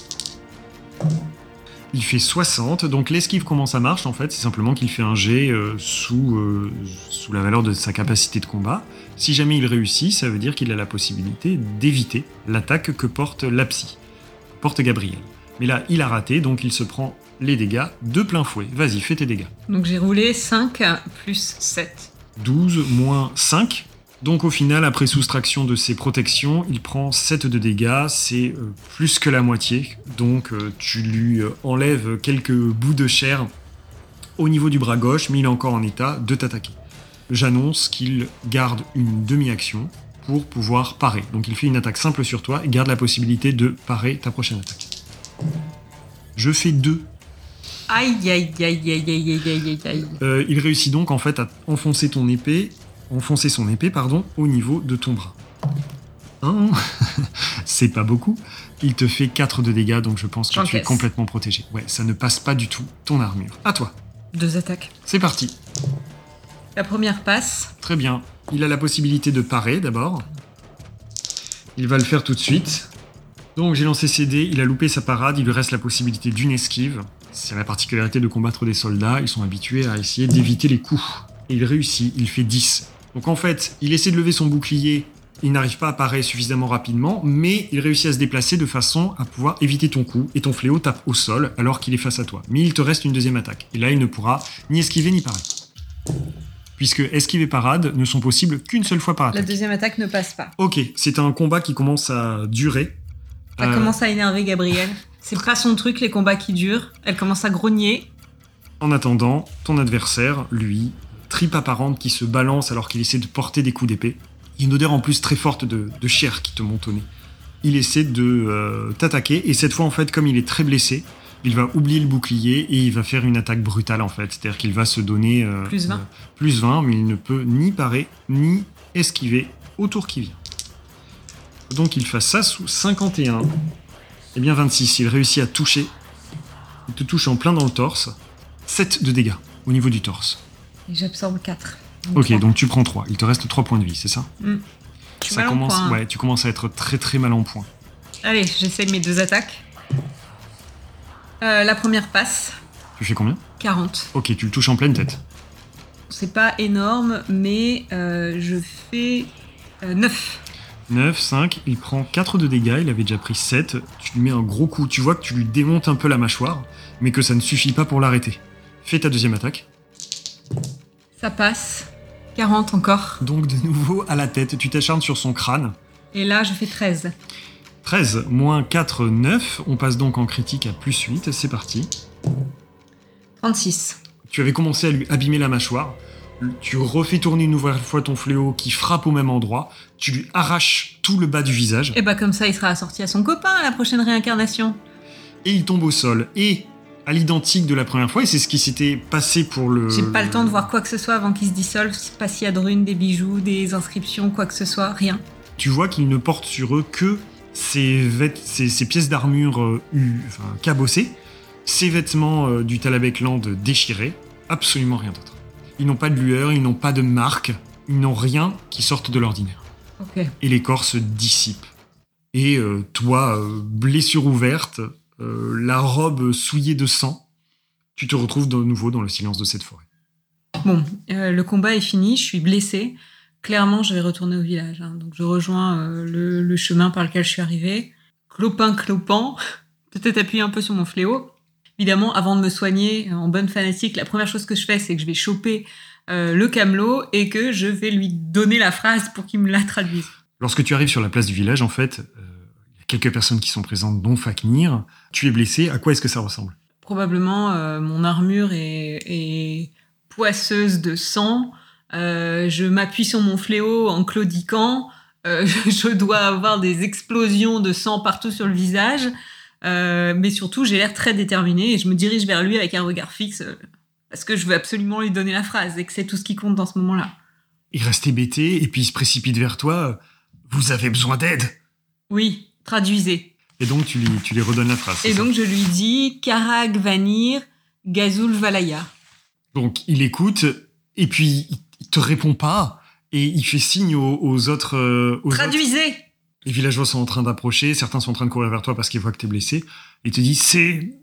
Il fait 60, donc l'esquive, comment ça marche en fait? C'est simplement qu'il fait un jet sous la valeur de sa capacité de combat. Si jamais il réussit, ça veut dire qu'il a la possibilité d'éviter l'attaque que porte la psy, porte Gabriel. Mais là, il a raté, donc il se prend les dégâts de plein fouet. Vas-y, fais tes dégâts. Donc j'ai roulé 5 plus 7. 12 moins 5. Donc au final, après soustraction de ses protections, il prend 7 de dégâts, c'est plus que la moitié. Donc tu lui enlèves quelques bouts de chair au niveau du bras gauche, mais il est encore en état de t'attaquer. J'annonce qu'il garde une demi-action pour pouvoir parer. Donc il fait une attaque simple sur toi et garde la possibilité de parer ta prochaine attaque. Je fais 2. Aïe, aïe, aïe, aïe, aïe, aïe, aïe, aïe. Il réussit donc en fait à enfoncer son épée, au niveau de ton bras. Hein c'est pas beaucoup. Il te fait 4 de dégâts, donc je pense que tu es J'encaisse. complètement protégé. Ouais, ça ne passe pas du tout ton armure. À toi. 2 attaques. C'est parti. La première passe. Très bien. Il a la possibilité de parer d'abord. Il va le faire tout de suite. Donc j'ai lancé ses dés, il a loupé sa parade, il lui reste la possibilité d'une esquive. C'est la particularité de combattre des soldats, ils sont habitués à essayer d'éviter les coups. Et il réussit, il fait 10. Donc en fait, il essaie de lever son bouclier, il n'arrive pas à parer suffisamment rapidement, mais il réussit à se déplacer de façon à pouvoir éviter ton coup, et ton fléau tape au sol alors qu'il est face à toi. Mais il te reste une deuxième attaque, et là il ne pourra ni esquiver ni parer. Puisque esquive et parade ne sont possibles qu'une seule fois par La attaque. deuxième attaque ne passe pas. Ok, c'est un combat qui commence à durer. Ça commence à énerver Gabriel. C'est pas son truc, les combats qui durent. Elle commence à grogner. En attendant, ton adversaire, lui, tripe apparente qui se balance alors qu'il essaie de porter des coups d'épée. Il y a une odeur en plus très forte de chair qui te monte au nez. Il essaie de t'attaquer, et cette fois, en fait, comme il est très blessé, il va oublier le bouclier et il va faire une attaque brutale, en fait. C'est-à-dire qu'il va se donner... Plus 20. Plus 20, mais il ne peut ni parer, ni esquiver au tour qui vient. Donc il fasse ça sous 51. Eh bien 26, il réussit à toucher. Il te touche en plein dans le torse. 7 de dégâts au niveau du torse. Et j'absorbe 4. Ok, 3. donc tu prends 3. Il te reste 3 points de vie, c'est ça? Je suis mal en commence, point, hein. ouais, tu commences à être très très mal en point. Allez, j'essaie mes 2 attaques. La première passe. Tu fais combien? 40. Ok, tu le touches en pleine tête. C'est pas énorme, mais je fais 9. 9, 5, il prend 4 de dégâts, il avait déjà pris 7. Tu lui mets un gros coup, tu vois que tu lui démontes un peu la mâchoire, mais que ça ne suffit pas pour l'arrêter. Fais ta deuxième attaque. Ça passe. 40 encore. Donc de nouveau à la tête, tu t'acharnes sur son crâne. Et là, je fais 13. 13, moins 4, 9. On passe donc en critique à plus 8, c'est parti. 36. Tu avais commencé à lui abîmer la mâchoire. Tu refais tourner une nouvelle fois ton fléau qui frappe au même endroit. Tu lui arraches tout le bas du visage. Et bah comme ça, il sera assorti à son copain à la prochaine réincarnation. Et il tombe au sol. Et à l'identique de la première fois, et c'est ce qui s'était passé pour le... J'ai pas le temps de voir quoi que ce soit avant qu'il se dissolve, pas s'il y a de runes, des bijoux, des inscriptions, quoi que ce soit, rien. Tu vois qu'ils ne portent sur eux que ces pièces d'armure cabossées, ces vêtements du Talabekland déchirés, absolument rien d'autre. Ils n'ont pas de lueur, ils n'ont pas de marque, ils n'ont rien qui sorte de l'ordinaire. Ok. Et les corps se dissipent. Et toi, blessure ouverte, la robe souillée de sang, tu te retrouves de nouveau dans le silence de cette forêt. Bon, le combat est fini, je suis blessée. Clairement, je vais retourner au village. Donc, je rejoins le chemin par lequel je suis arrivée. Clopin, peut-être appuyer un peu sur mon fléau. Évidemment, avant de me soigner, en bonne fanatique, la première chose que je fais, c'est que je vais choper le camelot et que je vais lui donner la phrase pour qu'il me la traduise. Lorsque tu arrives sur la place du village, en fait, il y a quelques personnes qui sont présentes, dont Fafnir. Tu es blessé, à quoi est-ce que ça ressemble ? Probablement, mon armure est poisseuse de sang. Je m'appuie sur mon fléau en claudiquant. Je dois avoir des explosions de sang partout sur le visage. Mais surtout, j'ai l'air très déterminée et je me dirige vers lui avec un regard fixe parce que je veux absolument lui donner la phrase et que c'est tout ce qui compte dans ce moment-là. Il reste hébété et puis il se précipite vers toi. Vous avez besoin d'aide ? Oui, traduisez. Et donc, tu lui redonnes la phrase. Et donc, je lui dis Karag Vanir Gazul Valaya. Donc, il écoute et puis il te répond pas et il fait signe aux autres. Traduisez ! Les villageois sont en train d'approcher, certains sont en train de courir vers toi parce qu'ils voient que t'es blessé. Il te dit, c'est...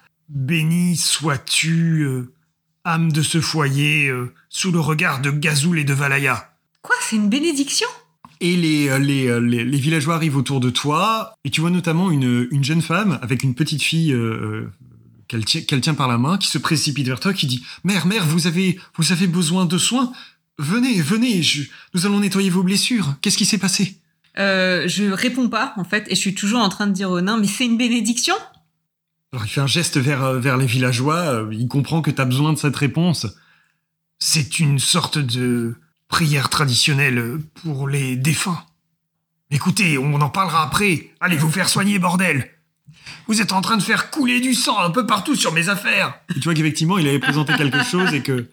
Béni sois-tu, âme de ce foyer, sous le regard de Gazul et de Valaya. Quoi, c'est une bénédiction ? Et les villageois arrivent autour de toi, et tu vois notamment une jeune femme avec une petite fille qu'elle tient par la main, qui se précipite vers toi, qui dit « Mère, vous avez besoin de soins ? Venez, nous allons nettoyer vos blessures. Qu'est-ce qui s'est passé ?» Je réponds pas, en fait, et je suis toujours en train de dire au nain, mais c'est une bénédiction ? Alors il fait un geste vers les villageois, il comprend que t'as besoin de cette réponse. C'est une sorte de prière traditionnelle pour les défunts. Écoutez, on en parlera après. Allez vous faire soigner, bordel. Vous êtes en train de faire couler du sang un peu partout sur mes affaires. Et tu vois qu'effectivement, il avait présenté quelque chose et que...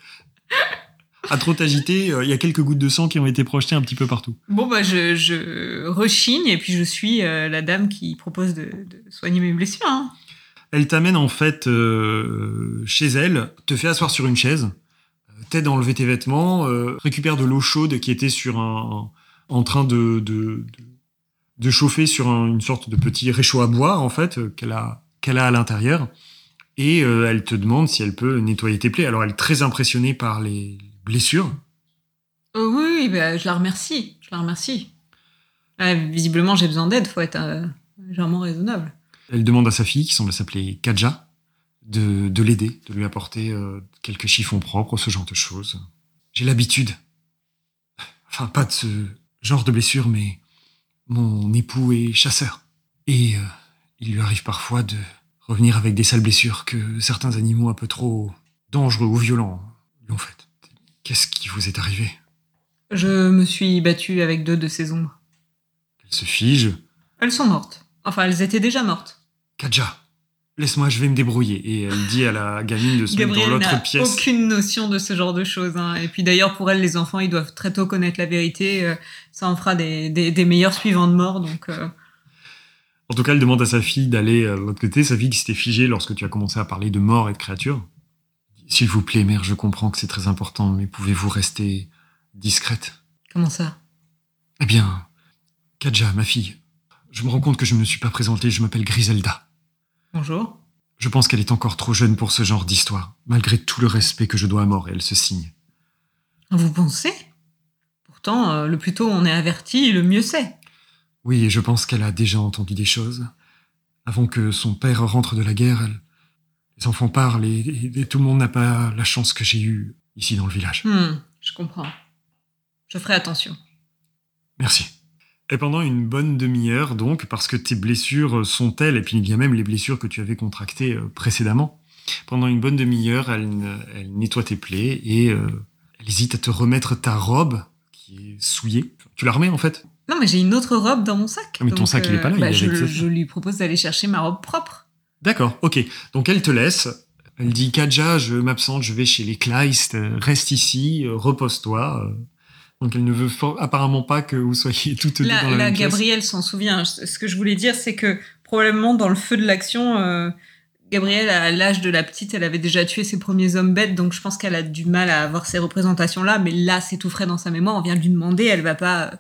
À trop t'agiter, il y a quelques gouttes de sang qui ont été projetées un petit peu partout. Bon, je rechigne et puis je suis la dame qui propose de soigner mes blessures. Hein. Elle t'amène en fait chez elle, te fait asseoir sur une chaise, t'aide à enlever tes vêtements, récupère de l'eau chaude qui était en train de chauffer sur une sorte de petit réchaud à bois en fait qu'elle a à l'intérieur. Et elle te demande si elle peut nettoyer tes plaies. Alors elle est très impressionnée par les blessure. Oui, je la remercie. Visiblement, j'ai besoin d'aide, faut être légèrement raisonnable. Elle demande à sa fille, qui semble s'appeler Kadja, de l'aider, de lui apporter quelques chiffons propres, ce genre de choses. J'ai l'habitude. Enfin, pas de ce genre de blessure, mais mon époux est chasseur. Et il lui arrive parfois de revenir avec des sales blessures que certains animaux un peu trop dangereux ou violents lui ont faites. Qu'est-ce qui vous est arrivé ? Je me suis battue avec 2 de ces ombres. Elles se figent. Elles sont mortes. Enfin, elles étaient déjà mortes. Kadja, laisse-moi, je vais me débrouiller. Et elle dit à la gamine de se mettre dans l'autre pièce. Gabrielle n'a aucune notion de ce genre de choses. Hein. Et puis d'ailleurs, pour elle, les enfants, ils doivent très tôt connaître la vérité. Ça en fera des meilleurs suivants de mort. Donc, En tout cas, elle demande à sa fille d'aller de l'autre côté. Sa fille qui s'était figée lorsque tu as commencé à parler de mort et de créatures. S'il vous plaît, mère, je comprends que c'est très important, mais pouvez-vous rester discrète ? Comment ça ? Eh bien, Kadja, ma fille, je me rends compte que je ne me suis pas présentée, je m'appelle Griselda. Bonjour. Je pense qu'elle est encore trop jeune pour ce genre d'histoire, malgré tout le respect que je dois à mort, et elle se signe. Vous pensez ? Pourtant, le plus tôt on est averti, le mieux c'est. Oui, et je pense qu'elle a déjà entendu des choses. Avant que son père rentre de la guerre, les enfants parlent et tout le monde n'a pas la chance que j'ai eue ici dans le village. Je comprends. Je ferai attention. Merci. Et pendant une bonne demi-heure, donc, parce que tes blessures sont telles, et puis il y a même les blessures que tu avais contractées précédemment, pendant une bonne demi-heure, elle nettoie tes plaies et elle hésite à te remettre ta robe qui est souillée. Tu la remets en fait ? Non, mais j'ai une autre robe dans mon sac. Ah, mais ton sac, il est pas là. Je lui propose d'aller chercher ma robe propre. D'accord, ok. Donc elle te laisse. Elle dit, Kadja, je m'absente, je vais chez les Kleist, reste ici, repose-toi. Donc elle ne veut apparemment pas que vous soyez toutes deux dans la même pièce. Gabrielle s'en souvient. Ce que je voulais dire, c'est que probablement dans le feu de l'action, Gabrielle, à l'âge de la petite, elle avait déjà tué ses premiers hommes bêtes, donc je pense qu'elle a du mal à avoir ces représentations-là, mais là, c'est tout frais dans sa mémoire, on vient de lui demander, elle va pas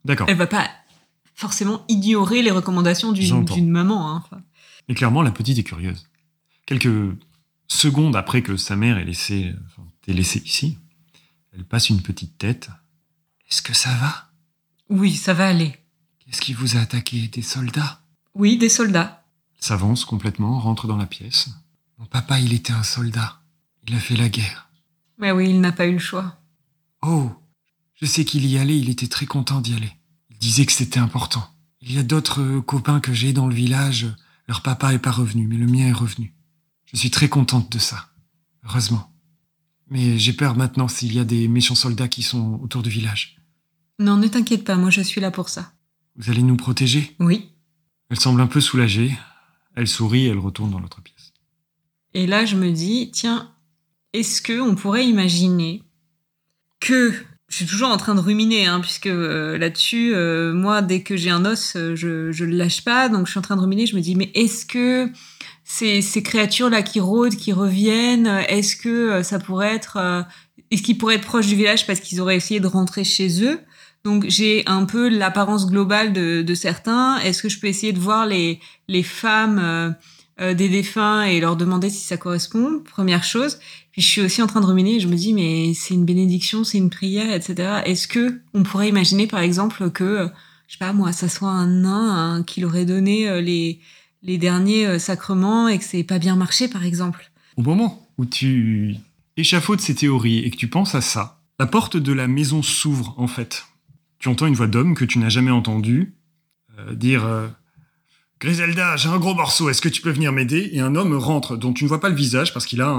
forcément ignorer les recommandations d'une maman. Hein, enfin. Et clairement, la petite est curieuse. Quelques secondes après que sa mère t'ait laissé ici, elle passe une petite tête. Est-ce que ça va ? Oui, ça va aller. Qu'est-ce qui vous a attaqué ? Des soldats ? Oui, des soldats. Elle s'avance complètement, rentre dans la pièce. Mon papa, il était un soldat. Il a fait la guerre. Mais oui, il n'a pas eu le choix. Oh, je sais qu'il y allait, il était très content d'y aller. Il disait que c'était important. Il y a d'autres copains que j'ai dans le village. Leur papa est pas revenu, mais le mien est revenu. Je suis très contente de ça. Heureusement. Mais j'ai peur maintenant s'il y a des méchants soldats qui sont autour du village. Non, ne t'inquiète pas, moi je suis là pour ça. Vous allez nous protéger ? Oui. Elle semble un peu soulagée. Elle sourit et elle retourne dans l'autre pièce. Et là, je me dis, tiens, est-ce qu'on pourrait imaginer que... Je suis toujours en train de ruminer, hein, puisque là-dessus, moi, dès que j'ai un os, je le lâche pas. Donc, je suis en train de ruminer. Je me dis, mais est-ce que ces créatures-là qui rôdent, qui reviennent, est-ce que ça pourrait être... est-ce qu'ils pourraient être proches du village parce qu'ils auraient essayé de rentrer chez eux ? Donc, j'ai un peu l'apparence globale de certains. Est-ce que je peux essayer de voir les femmes des défunts et leur demander si ça correspond ? Première chose. Puis je suis aussi en train de ruminer et je me dis, mais c'est une bénédiction, c'est une prière, etc. Est-ce que on pourrait imaginer, par exemple, que, je sais pas moi, ça soit un nain qui leur aurait donné les derniers sacrements et que c'est pas bien marché, par exemple ? Au moment où tu échafaudes ces théories et que tu penses à ça, la porte de la maison s'ouvre, en fait. Tu entends une voix d'homme que tu n'as jamais entendue dire Griselda, j'ai un gros morceau, est-ce que tu peux venir m'aider ? Et un homme rentre, dont tu ne vois pas le visage parce qu'il a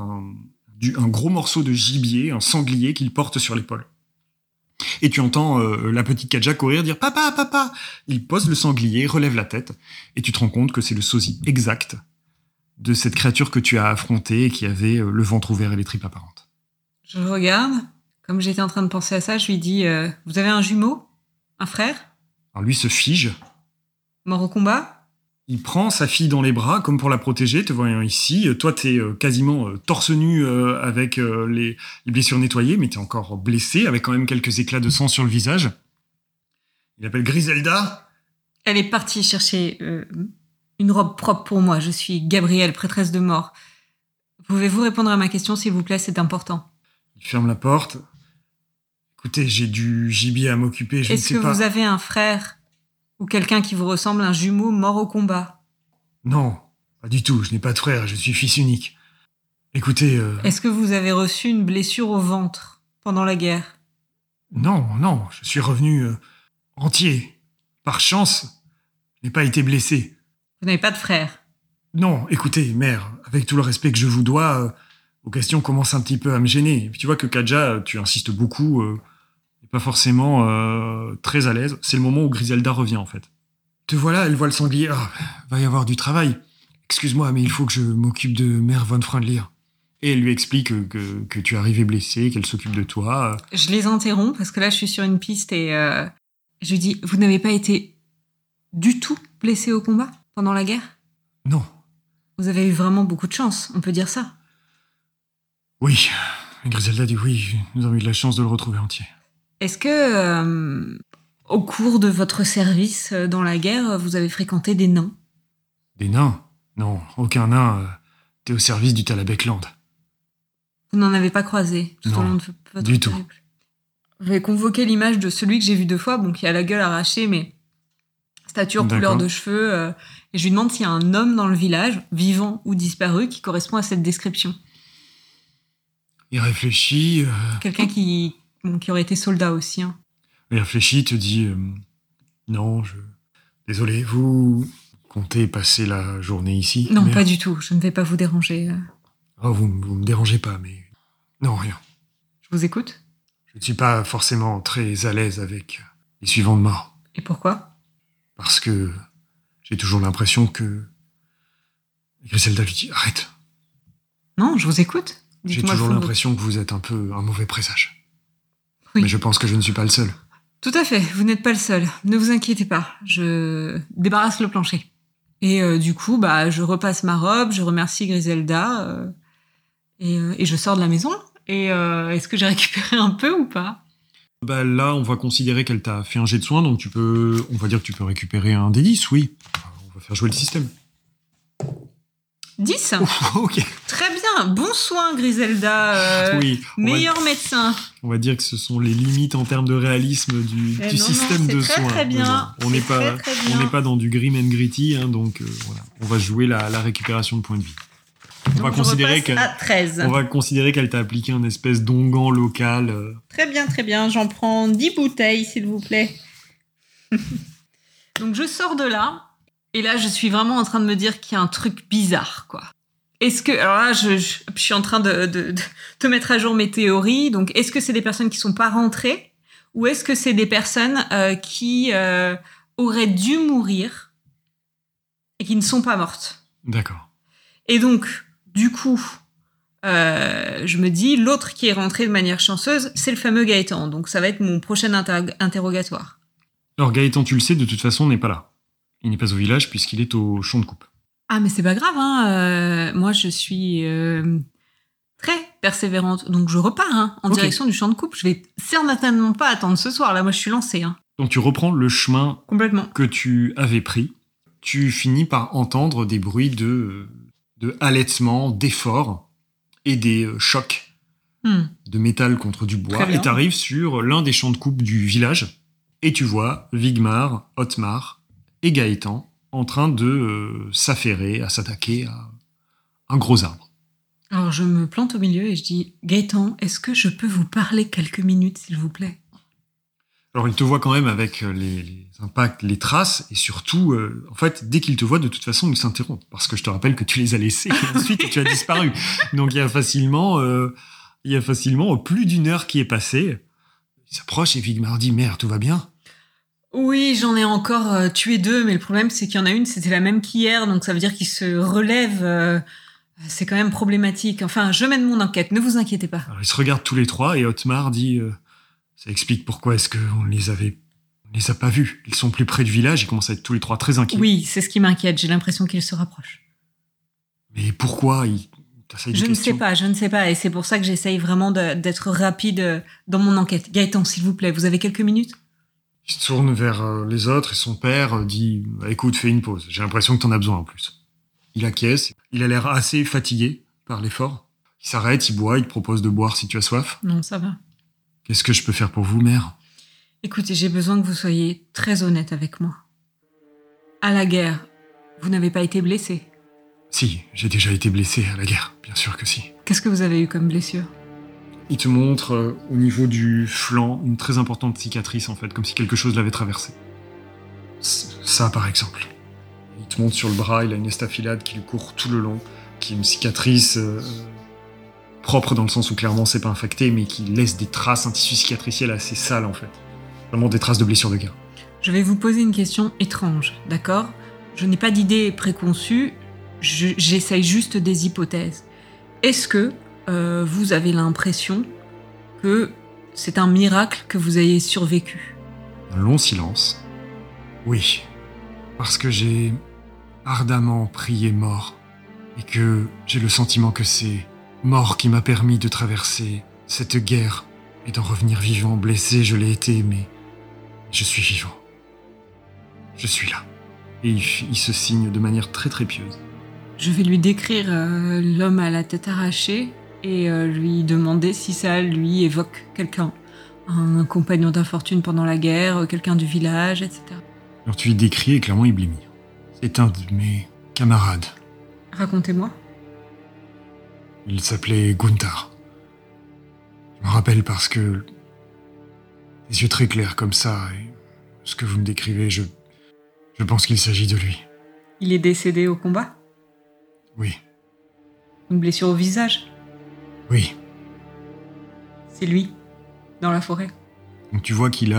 un gros morceau de gibier, un sanglier qu'il porte sur l'épaule. Et tu entends la petite Kadja courir, dire « Papa, papa !» Il pose le sanglier, relève la tête, et tu te rends compte que c'est le sosie exact de cette créature que tu as affrontée et qui avait le ventre ouvert et les tripes apparentes. Je le regarde. Comme j'étais en train de penser à ça, je lui dis « Vous avez un jumeau ? Un frère ? » Alors lui se fige. Mort au combat ? Il prend sa fille dans les bras, comme pour la protéger, te voyant ici. Toi, t'es quasiment torse nu avec les blessures nettoyées, mais t'es encore blessé, avec quand même quelques éclats de sang sur le visage. Il appelle Griselda. Elle est partie chercher une robe propre pour moi. Je suis Gabrielle, prêtresse de mort. Pouvez-vous répondre à ma question, s'il vous plaît, c'est important. Il ferme la porte. Écoutez, j'ai du gibier à m'occuper, je ne sais pas... Est-ce que vous avez un frère ou quelqu'un qui vous ressemble, un jumeau mort au combat ? Non, pas du tout, je n'ai pas de frère, je suis fils unique. Écoutez... Est-ce que vous avez reçu une blessure au ventre pendant la guerre ? Non, je suis revenu entier. Par chance, je n'ai pas été blessé. Vous n'avez pas de frère ? Non, écoutez, mère, avec tout le respect que je vous dois, vos questions commencent un petit peu à me gêner. Et puis tu vois que Kadja, tu insistes beaucoup, n'est pas forcément très à l'aise. C'est le moment où Griselda revient, en fait. Te voilà, elle voit le sanglier. Ah, va y avoir du travail. Excuse-moi, mais il faut que je m'occupe de mère von Freundlir. Et elle lui explique que tu es arrivé blessé, qu'elle s'occupe de toi. Je les interromps parce que là, je suis sur une piste et je lui dis, vous n'avez pas été du tout blessé au combat pendant la guerre ? Non. Vous avez eu vraiment beaucoup de chance, on peut dire ça. Oui. Griselda dit oui, nous avons eu de la chance de le retrouver entier. Est-ce que, au cours de votre service dans la guerre, vous avez fréquenté des nains ? Des nains ? Non, aucun nain. T'es au service du Talabekland. Vous n'en avez pas croisé tout au long de votre du tout. périple. Je vais convoquer l'image de celui que j'ai vu 2 fois, bon, qui a la gueule arrachée, mais stature, couleur de cheveux. Et je lui demande s'il y a un homme dans le village, vivant ou disparu, qui correspond à cette description. Il réfléchit. Quelqu'un qui aurait été soldat aussi. Hein. Il réfléchit, te dit non, désolé, vous comptez passer la journée ici ? Non, pas du tout. Je ne vais pas vous déranger. Oh, vous me dérangez pas, mais non, rien. Je vous écoute. Je ne suis pas forcément très à l'aise avec les suivants de mort. Et pourquoi ? Parce que j'ai toujours l'impression que Et Griselda lui dit « Arrête, Non, je vous écoute. j'ai Dites-moi toujours le fond de l'impression que vous êtes un peu un mauvais présage. Oui. Mais je pense que je ne suis pas le seul. » Tout à fait, vous n'êtes pas le seul. Ne vous inquiétez pas, je débarrasse le plancher. Et du coup, je repasse ma robe, je remercie Griselda et je sors de la maison. Et est-ce que j'ai récupéré un peu ou pas ? Là, on va considérer qu'elle t'a fait un jet de soin, donc on va dire que tu peux récupérer un D10, oui. On va faire jouer le système. 10 ? Ok. Très bien, bon soin Griselda, Oui, meilleur médecin. on va dire que ce sont les limites en termes de réalisme du Non, système c'est de très, soins. très bien. On n'est C'est pas, très, très bien. on n'est pas dans du grim and gritty, hein, donc voilà. On va jouer la récupération de points de vie. On va considérer qu'elle t'a appliqué un espèce d'onguent local. Très bien, j'en prends 10 bouteilles s'il vous plaît. Donc je sors de là, et là je suis vraiment en train de me dire qu'il y a un truc bizarre, quoi. Est-ce que... Alors là, je suis en train de te mettre à jour mes théories, donc est-ce que c'est des personnes qui sont pas rentrées, ou est-ce que c'est des personnes qui auraient dû mourir et qui ne sont pas mortes ? D'accord. Et donc, du coup, je me dis, l'autre qui est rentré de manière chanceuse, c'est le fameux Gaëtan. Donc ça va être mon prochain interrogatoire. Alors Gaëtan, tu le sais, de toute façon, n'est pas là. Il n'est pas au village puisqu'il est au champ de coupe. Ah, mais c'est pas grave, hein. Moi, je suis très persévérante. Donc je repars en direction du champ de coupe. Je vais certainement pas attendre ce soir. Là, moi, je suis lancée. Donc tu reprends le chemin Complètement. que tu avais pris. Tu finis par entendre des bruits de halètement, d'efforts et des chocs de métal contre du bois. Et tu arrives sur l'un des champs de coupe du village et tu vois Wigmar, Otmar et Gaëtan en train de s'affairer, à s'attaquer à un gros arbre. Alors je me plante au milieu et je dis « Gaëtan, est-ce que je peux vous parler quelques minutes, s'il vous plaît ?» Alors il te voit quand même avec les impacts, les traces, et surtout, en fait, dès qu'il te voit, de toute façon, il s'interrompt. Parce que je te rappelle que tu les as laissés, et ensuite tu as disparu. Donc il y a facilement plus d'une heure qui est passée. Il s'approche et Wigmar dit « Merde, tout va bien ?» Oui, j'en ai encore tué 2, mais le problème, c'est qu'il y en a une, c'était la même qu'hier, donc ça veut dire qu'il se relève. C'est quand même problématique. Enfin, je mène mon enquête, ne vous inquiétez pas. Alors ils se regardent tous les trois, et Otmar dit ça explique pourquoi est-ce qu'on les a pas vus. Ils sont plus près du village, ils commencent à être tous les trois très inquiets. Oui, c'est ce qui m'inquiète, j'ai l'impression qu'ils se rapprochent. Mais pourquoi Je ne sais pas, et c'est pour ça que j'essaye vraiment d'être rapide dans mon enquête. Gaëtan, s'il vous plaît, vous avez quelques minutes ? Il se tourne vers les autres et son père dit « Écoute, fais une pause. J'ai l'impression que t'en as besoin en plus. » Il acquiesce. Il a l'air assez fatigué par l'effort. Il s'arrête, il boit, il te propose de boire si tu as soif. Non, ça va. Qu'est-ce que je peux faire pour vous, mère ? Écoutez, j'ai besoin que vous soyez très honnête avec moi. À la guerre, vous n'avez pas été blessé ? Si, j'ai déjà été blessé à la guerre, bien sûr que si. Qu'est-ce que vous avez eu comme blessure ? Il te montre au niveau du flanc une très importante cicatrice, en fait, comme si quelque chose l'avait traversé. Ça, par exemple. Il te montre sur le bras, il a une estafilade qui lui court tout le long, qui est une cicatrice propre dans le sens où clairement c'est pas infecté, mais qui laisse des traces, un tissu cicatriciel assez sale, en fait. Vraiment des traces de blessures de guerre. Je vais vous poser une question étrange, d'accord ? Je n'ai pas d'idée préconçue, j'essaye juste des hypothèses. Est-ce que vous avez l'impression que c'est un miracle que vous ayez survécu ? Un long silence. Oui, parce que j'ai ardemment prié mort, et que j'ai le sentiment que c'est mort qui m'a permis de traverser cette guerre et d'en revenir vivant. Blessé, je l'ai été, mais je suis vivant. Je suis là. Et il se signe de manière très très pieuse. Je vais lui décrire l'homme à la tête arrachée et lui demander si ça lui évoque quelqu'un. Un compagnon d'infortune pendant la guerre, quelqu'un du village, etc. Alors tu lui décris et clairement il blêmit. C'est un de mes camarades. Racontez-moi. Il s'appelait Gunther. Je me rappelle parce que des yeux très clairs comme ça, et ce que vous me décrivez, je pense qu'il s'agit de lui. Il est décédé au combat ? Oui. Une blessure au visage ? Oui. C'est lui, dans la forêt. Donc tu vois qu'il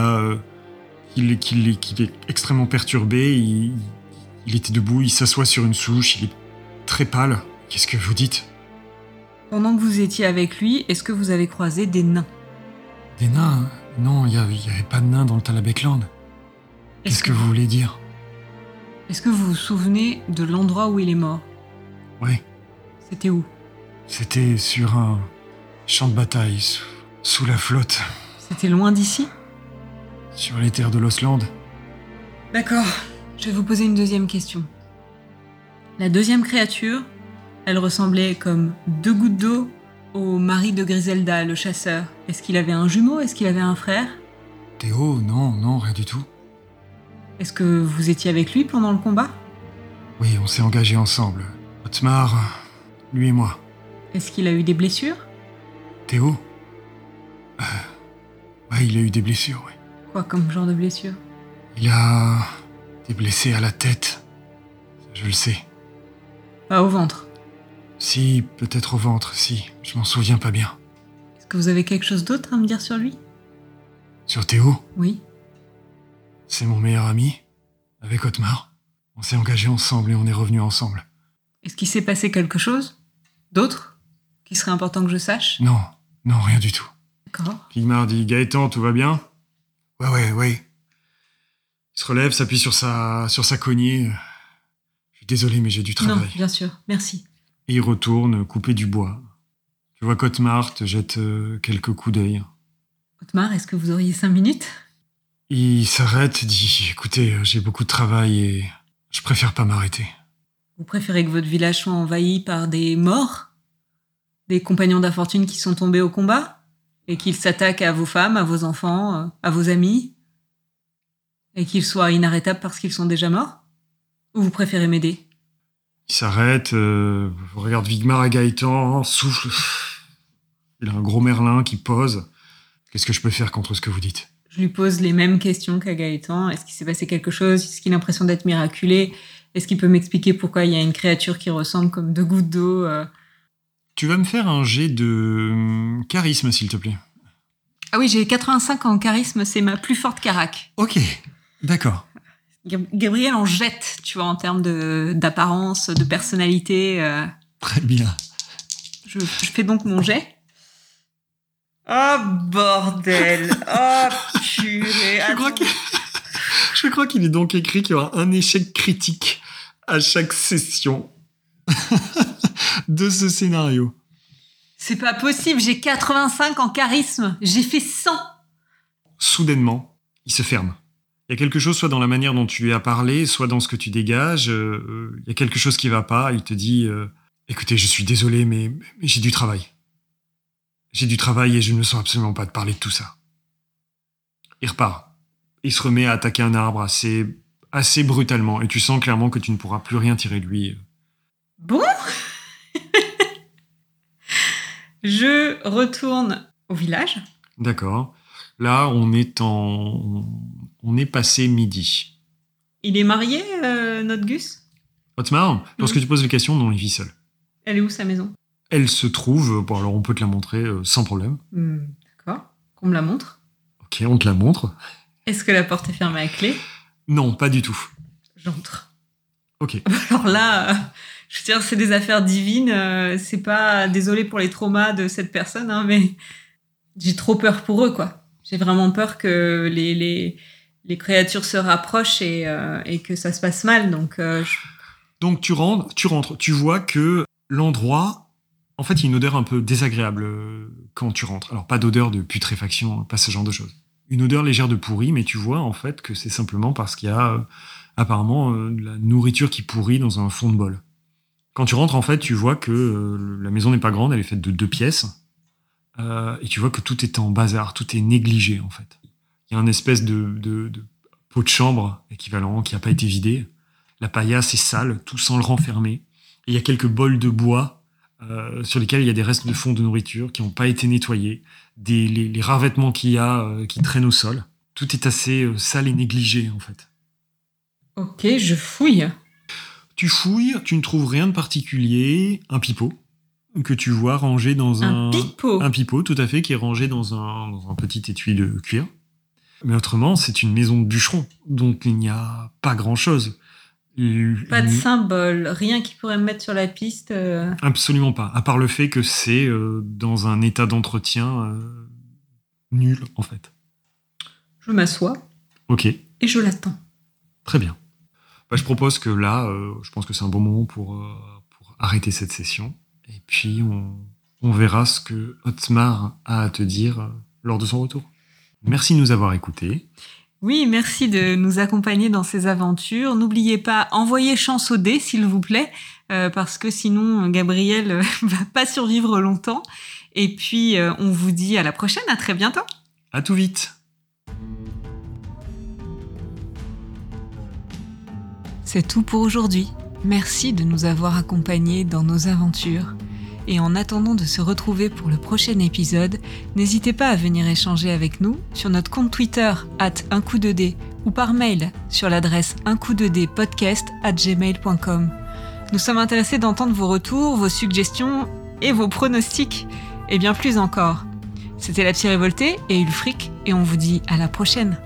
est extrêmement perturbé, il était debout, il s'assoit sur une souche, très pâle. Qu'est-ce que vous dites? Pendant que vous étiez avec lui, est-ce que vous avez croisé des nains? Des nains? Non, il y avait pas de nains dans le Talabekland. Qu'est-ce que vous voulez dire? Est-ce que vous vous souvenez de l'endroit où il est mort? Oui, C'était où? c'était sur un champ de bataille, sous la flotte, C'était loin d'ici? sur les terres de l'Osland. D'accord, je vais vous poser une deuxième question. La deuxième créature, elle ressemblait comme 2 gouttes d'eau au mari de Griselda, le chasseur. Est-ce qu'il avait un jumeau? Est-ce qu'il avait un frère? Théo, non, rien du tout. Est-ce que vous étiez avec lui pendant le combat? Oui, on s'est engagés ensemble. Otmar, lui et moi. Est-ce qu'il a eu des blessures? Théo? Ouais, il a eu des blessures, oui. Quoi comme genre de blessures? Il a été blessé à la tête. Je le sais. Pas au ventre. Si, peut-être au ventre, si. Je m'en souviens pas bien. Est-ce que vous avez quelque chose d'autre à me dire sur lui? Sur Théo, Oui. c'est mon meilleur ami. Avec Otmar. On s'est engagés ensemble et on est revenus ensemble. Est-ce qu'il s'est passé quelque chose d'autre qui serait important que je sache? Non, rien du tout. D'accord. Pigmar dit: Gaëtan, tout va bien? Ouais. Il se relève, s'appuie sur sa cognée. Je suis désolé, mais j'ai du travail. Non, bien sûr, merci. Et il retourne couper du bois. Tu vois qu'Otmar te jette quelques coups d'œil. Otmar, est-ce que vous auriez 5 minutes? Il s'arrête, dit: Écoutez, j'ai beaucoup de travail et je préfère pas m'arrêter. Vous préférez que votre village soit envahi par des morts? Des compagnons d'infortune qui sont tombés au combat? Et qu'ils s'attaquent à vos femmes, à vos enfants, à vos amis? Et qu'ils soient inarrêtables parce qu'ils sont déjà morts? Ou vous préférez m'aider? Il s'arrête, regarde Vigmar et Gaëtan, souffle. Il a un gros merlin qui pose. Qu'est-ce que je peux faire contre ce que vous dites? Je lui pose les mêmes questions qu'à Gaëtan. Est-ce qu'il s'est passé quelque chose? Est-ce qu'il a l'impression d'être miraculé? Est-ce qu'il peut m'expliquer pourquoi il y a une créature qui ressemble comme 2 gouttes d'eau? Tu vas me faire un jet de charisme, s'il te plaît. Ah oui, j'ai 85 en charisme, c'est ma plus forte carac. Ok, d'accord. Gabriel en jette, tu vois, en termes d'apparence, de personnalité. Très bien. Je fais donc mon jet. Oh bordel! Oh purée! Je crois qu'il est donc écrit qu'il y aura un échec critique à chaque session de ce scénario. C'est pas possible, j'ai 85 en charisme, j'ai fait 100! Soudainement, il se ferme. Il y a quelque chose soit dans la manière dont tu lui as parlé, soit dans ce que tu dégages. Il y a quelque chose qui va pas. Il te dit écoutez, je suis désolé, mais j'ai du travail. J'ai du travail et je ne me sens absolument pas de parler de tout ça. Il repart. Il se remet à attaquer un arbre assez brutalement. Et tu sens clairement que tu ne pourras plus rien tirer de lui. Bon? Je retourne au village. D'accord. Là, on est passé midi. Il est marié, notre Gus? Otmar, lorsque tu poses les questions, non, il vit seul. Elle est où sa maison? Elle se trouve, bon alors on peut te la montrer sans problème. D'accord. Qu'on me la montre. Ok, on te la montre. Est-ce que la porte est fermée à clé? Non, pas du tout. J'entre. Ok. Alors là, je veux dire, c'est des affaires divines. C'est pas... Désolé pour les traumas de cette personne, hein, mais j'ai trop peur pour eux, quoi. J'ai vraiment peur que les créatures se rapprochent et que ça se passe mal. Donc tu rentres. Tu vois que l'endroit, en fait, il y a une odeur un peu désagréable quand tu rentres. Alors pas d'odeur de putréfaction, pas ce genre de choses. Une odeur légère de pourri, mais tu vois en fait que c'est simplement parce qu'il y a apparemment de la nourriture qui pourrit dans un fond de bol. Quand tu rentres, en fait, tu vois que la maison n'est pas grande, elle est faite de 2 pièces. Et tu vois que tout est en bazar, tout est négligé, en fait. Il y a une espèce de pot de chambre équivalent qui n'a pas été vidé. La paillasse est sale, tout sans le renfermer. Et il y a quelques bols de bois sur lesquels il y a des restes de fond de nourriture qui n'ont pas été nettoyés. Les rares vêtements qu'il y a qui traînent au sol. Tout est assez sale et négligé, en fait. Ok, je fouille. Tu fouilles, tu ne trouves rien de particulier. Un pipeau que tu vois rangé dans un pipeau. Un pipeau, tout à fait, qui est rangé dans un petit étui de cuir. Mais autrement, c'est une maison de bûcheron, donc il n'y a pas grand-chose. Pas de symbole, rien qui pourrait me mettre sur la piste. Absolument pas, à part le fait que c'est dans un état d'entretien nul, en fait. Je m'assois. Ok. Et je l'attends. Très bien. Je propose que là, je pense que c'est un bon moment pour arrêter cette session. Et puis, on verra ce que Otmar a à te dire lors de son retour. Merci de nous avoir écoutés. Oui, merci de nous accompagner dans ces aventures. N'oubliez pas, envoyez chance au dé, s'il vous plaît, parce que sinon, Gabriel va pas survivre longtemps. Et puis, on vous dit à la prochaine, à très bientôt. À tout vite. C'est tout pour aujourd'hui. Merci de nous avoir accompagnés dans nos aventures. Et en attendant de se retrouver pour le prochain épisode, n'hésitez pas à venir échanger avec nous sur notre compte Twitter @uncoup2d ou par mail sur l'adresse uncoup2dpodcast@gmail.com. Nous sommes intéressés d'entendre vos retours, vos suggestions et vos pronostics, et bien plus encore. C'était La Psy Révoltée et Ulfric, et on vous dit à la prochaine.